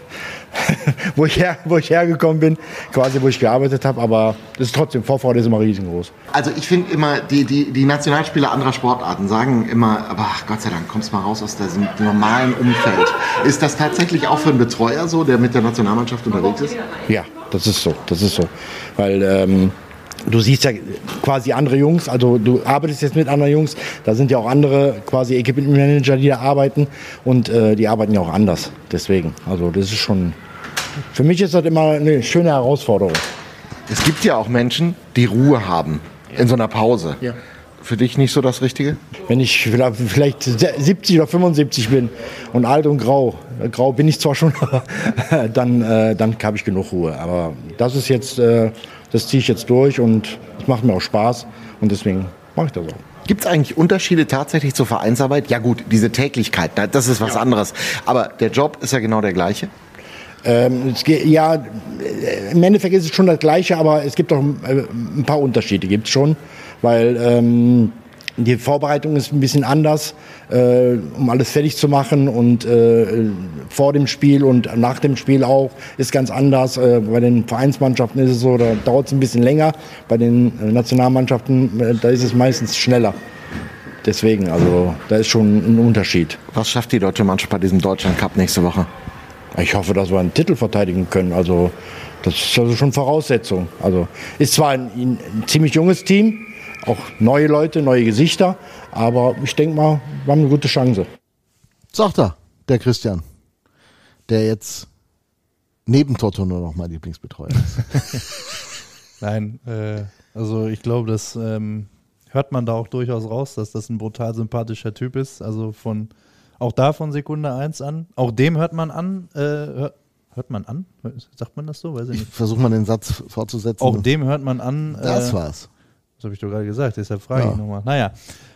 wo ich hergekommen bin, quasi wo ich gearbeitet habe, aber das ist trotzdem, Vorfreude ist immer riesengroß. Also ich finde immer, die Nationalspieler anderer Sportarten sagen immer, aber ach, Gott sei Dank, kommst mal raus aus diesem normalen Umfeld. Ist das tatsächlich auch für einen Betreuer so, der mit der Nationalmannschaft unterwegs ist? Ja, das ist so. Weil du siehst ja quasi andere Jungs, also du arbeitest jetzt mit anderen Jungs, da sind ja auch andere quasi Equipment Manager, die da arbeiten und die arbeiten ja auch anders. Deswegen, also das ist schon, für mich ist das immer eine schöne Herausforderung. Es gibt ja auch Menschen, die Ruhe haben in so einer Pause. Ja. Für dich nicht so das Richtige? Wenn ich vielleicht 70 oder 75 bin und alt und grau bin ich zwar schon, aber dann habe ich genug Ruhe. Aber das ist jetzt... Das ziehe ich jetzt durch und es macht mir auch Spaß und deswegen mache ich das auch. Gibt es eigentlich Unterschiede tatsächlich zur Vereinsarbeit? Ja gut, diese Täglichkeit, das ist was anderes. Aber der Job ist ja genau der gleiche? Im Endeffekt ist es schon das Gleiche, aber es gibt auch ein paar Unterschiede, gibt es schon, weil die Vorbereitung ist ein bisschen anders, um alles fertig zu machen und vor dem Spiel und nach dem Spiel auch ist ganz anders. Bei den Vereinsmannschaften ist es so, da dauert es ein bisschen länger. Bei den Nationalmannschaften, da ist es meistens schneller. Deswegen, also da ist schon ein Unterschied. Was schafft die deutsche Mannschaft bei diesem Deutschland Cup nächste Woche? Ich hoffe, dass wir einen Titel verteidigen können. Also das ist also schon Voraussetzung. Also ist zwar ein ziemlich junges Team, auch neue Leute, neue Gesichter, aber ich denke mal, wir haben eine gute Chance. Sagt er, der Christian, der jetzt neben Toto nur noch mein Lieblingsbetreuer ist. Nein, also ich glaube, das hört man da auch durchaus raus, dass das ein brutal sympathischer Typ ist. Also auch da von Sekunde 1 an. Auch dem hört man an. Hört man an? Sagt man das so? Weiß ich nicht. Versuch mal den Satz fortzusetzen. Auch dem hört man an. Das war's. Das habe ich doch gerade gesagt, deshalb frage ich nochmal. Naja,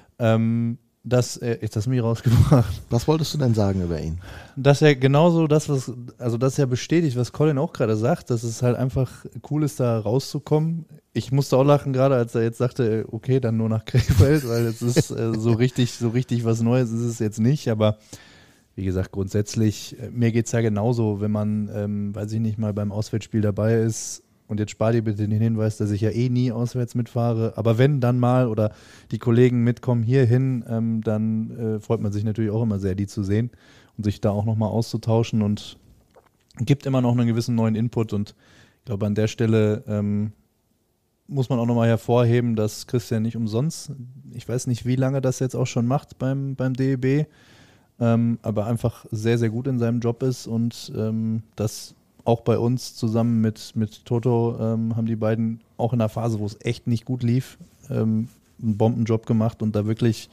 jetzt hast du mich rausgebracht. Was wolltest du denn sagen über ihn? Dass er genauso das ja bestätigt, was Colin auch gerade sagt, dass es halt einfach cool ist, da rauszukommen. Ich musste auch lachen gerade, als er jetzt sagte, okay, dann nur nach Krefeld, weil es ist so richtig was Neues ist es jetzt nicht, aber wie gesagt, grundsätzlich, mir geht es ja genauso, wenn man, weiß ich nicht, mal beim Auswärtsspiel dabei ist. Und jetzt spar dir bitte den Hinweis, dass ich ja nie auswärts mitfahre. Aber wenn dann mal oder die Kollegen mitkommen hierhin, dann freut man sich natürlich auch immer sehr, die zu sehen und sich da auch nochmal auszutauschen und gibt immer noch einen gewissen neuen Input. Und ich glaube, an der Stelle muss man auch nochmal hervorheben, dass Christian nicht umsonst, ich weiß nicht, wie lange das jetzt auch schon macht beim DEB, aber einfach sehr, sehr gut in seinem Job ist und das auch bei uns zusammen mit Toto haben die beiden auch in einer Phase, wo es echt nicht gut lief, einen Bombenjob gemacht und da wirklich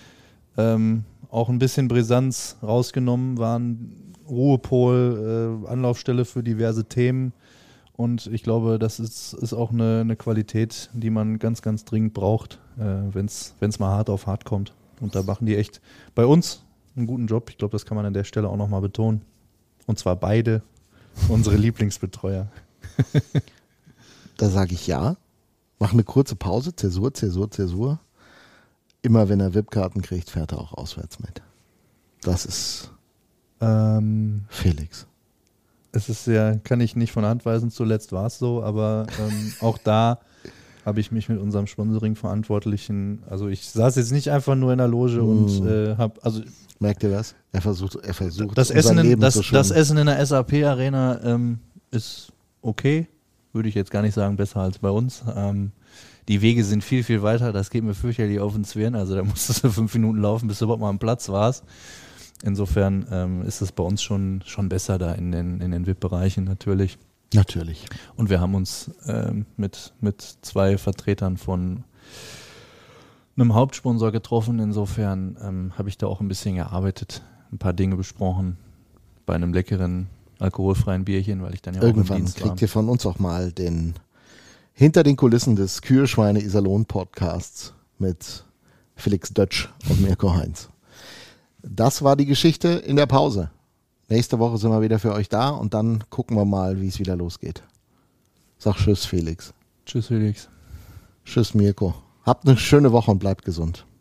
auch ein bisschen Brisanz rausgenommen, waren Ruhepol, Anlaufstelle für diverse Themen Und ich glaube, das ist auch eine Qualität, die man ganz, ganz dringend braucht, wenn es mal hart auf hart kommt. Und da machen die echt bei uns einen guten Job. Ich glaube, das kann man an der Stelle auch nochmal betonen. Und zwar beide unsere Lieblingsbetreuer. Da sage ich ja. Mach eine kurze Pause. Zäsur. Immer wenn er VIP-Karten kriegt, fährt er auch auswärts mit. Das ist Felix. Es ist ja, kann ich nicht von der Hand weisen, zuletzt war es so, aber auch da habe ich mich mit unserem Sponsoring-Verantwortlichen, also ich saß jetzt nicht einfach nur in der Loge und habe, also merkt ihr was? Er versucht das Essen in der SAP-Arena ist okay, würde ich jetzt gar nicht sagen, besser als bei uns. Die Wege sind viel, viel weiter, das geht mir fürchterlich auf den Zwirn, also da musstest du 5 Minuten laufen, bis du überhaupt mal am Platz warst. Insofern ist es bei uns schon besser da in den VIP-Bereichen natürlich. Natürlich. Und wir haben uns mit 2 Vertretern von einem Hauptsponsor getroffen. Insofern habe ich da auch ein bisschen gearbeitet, ein paar Dinge besprochen bei einem leckeren alkoholfreien Bierchen, weil ich dann ja auch im Irgendwann Dienst war. kriegt ihr von uns auch mal den hinter den Kulissen des Kühlschweine Iserlohn Podcasts mit Felix Dötsch und Mirko Heinz. Das war die Geschichte in der Pause. Nächste Woche sind wir wieder für euch da und dann gucken wir mal, wie es wieder losgeht. Sag tschüss, Felix. Tschüss, Felix. Tschüss, Mirko. Habt eine schöne Woche und bleibt gesund.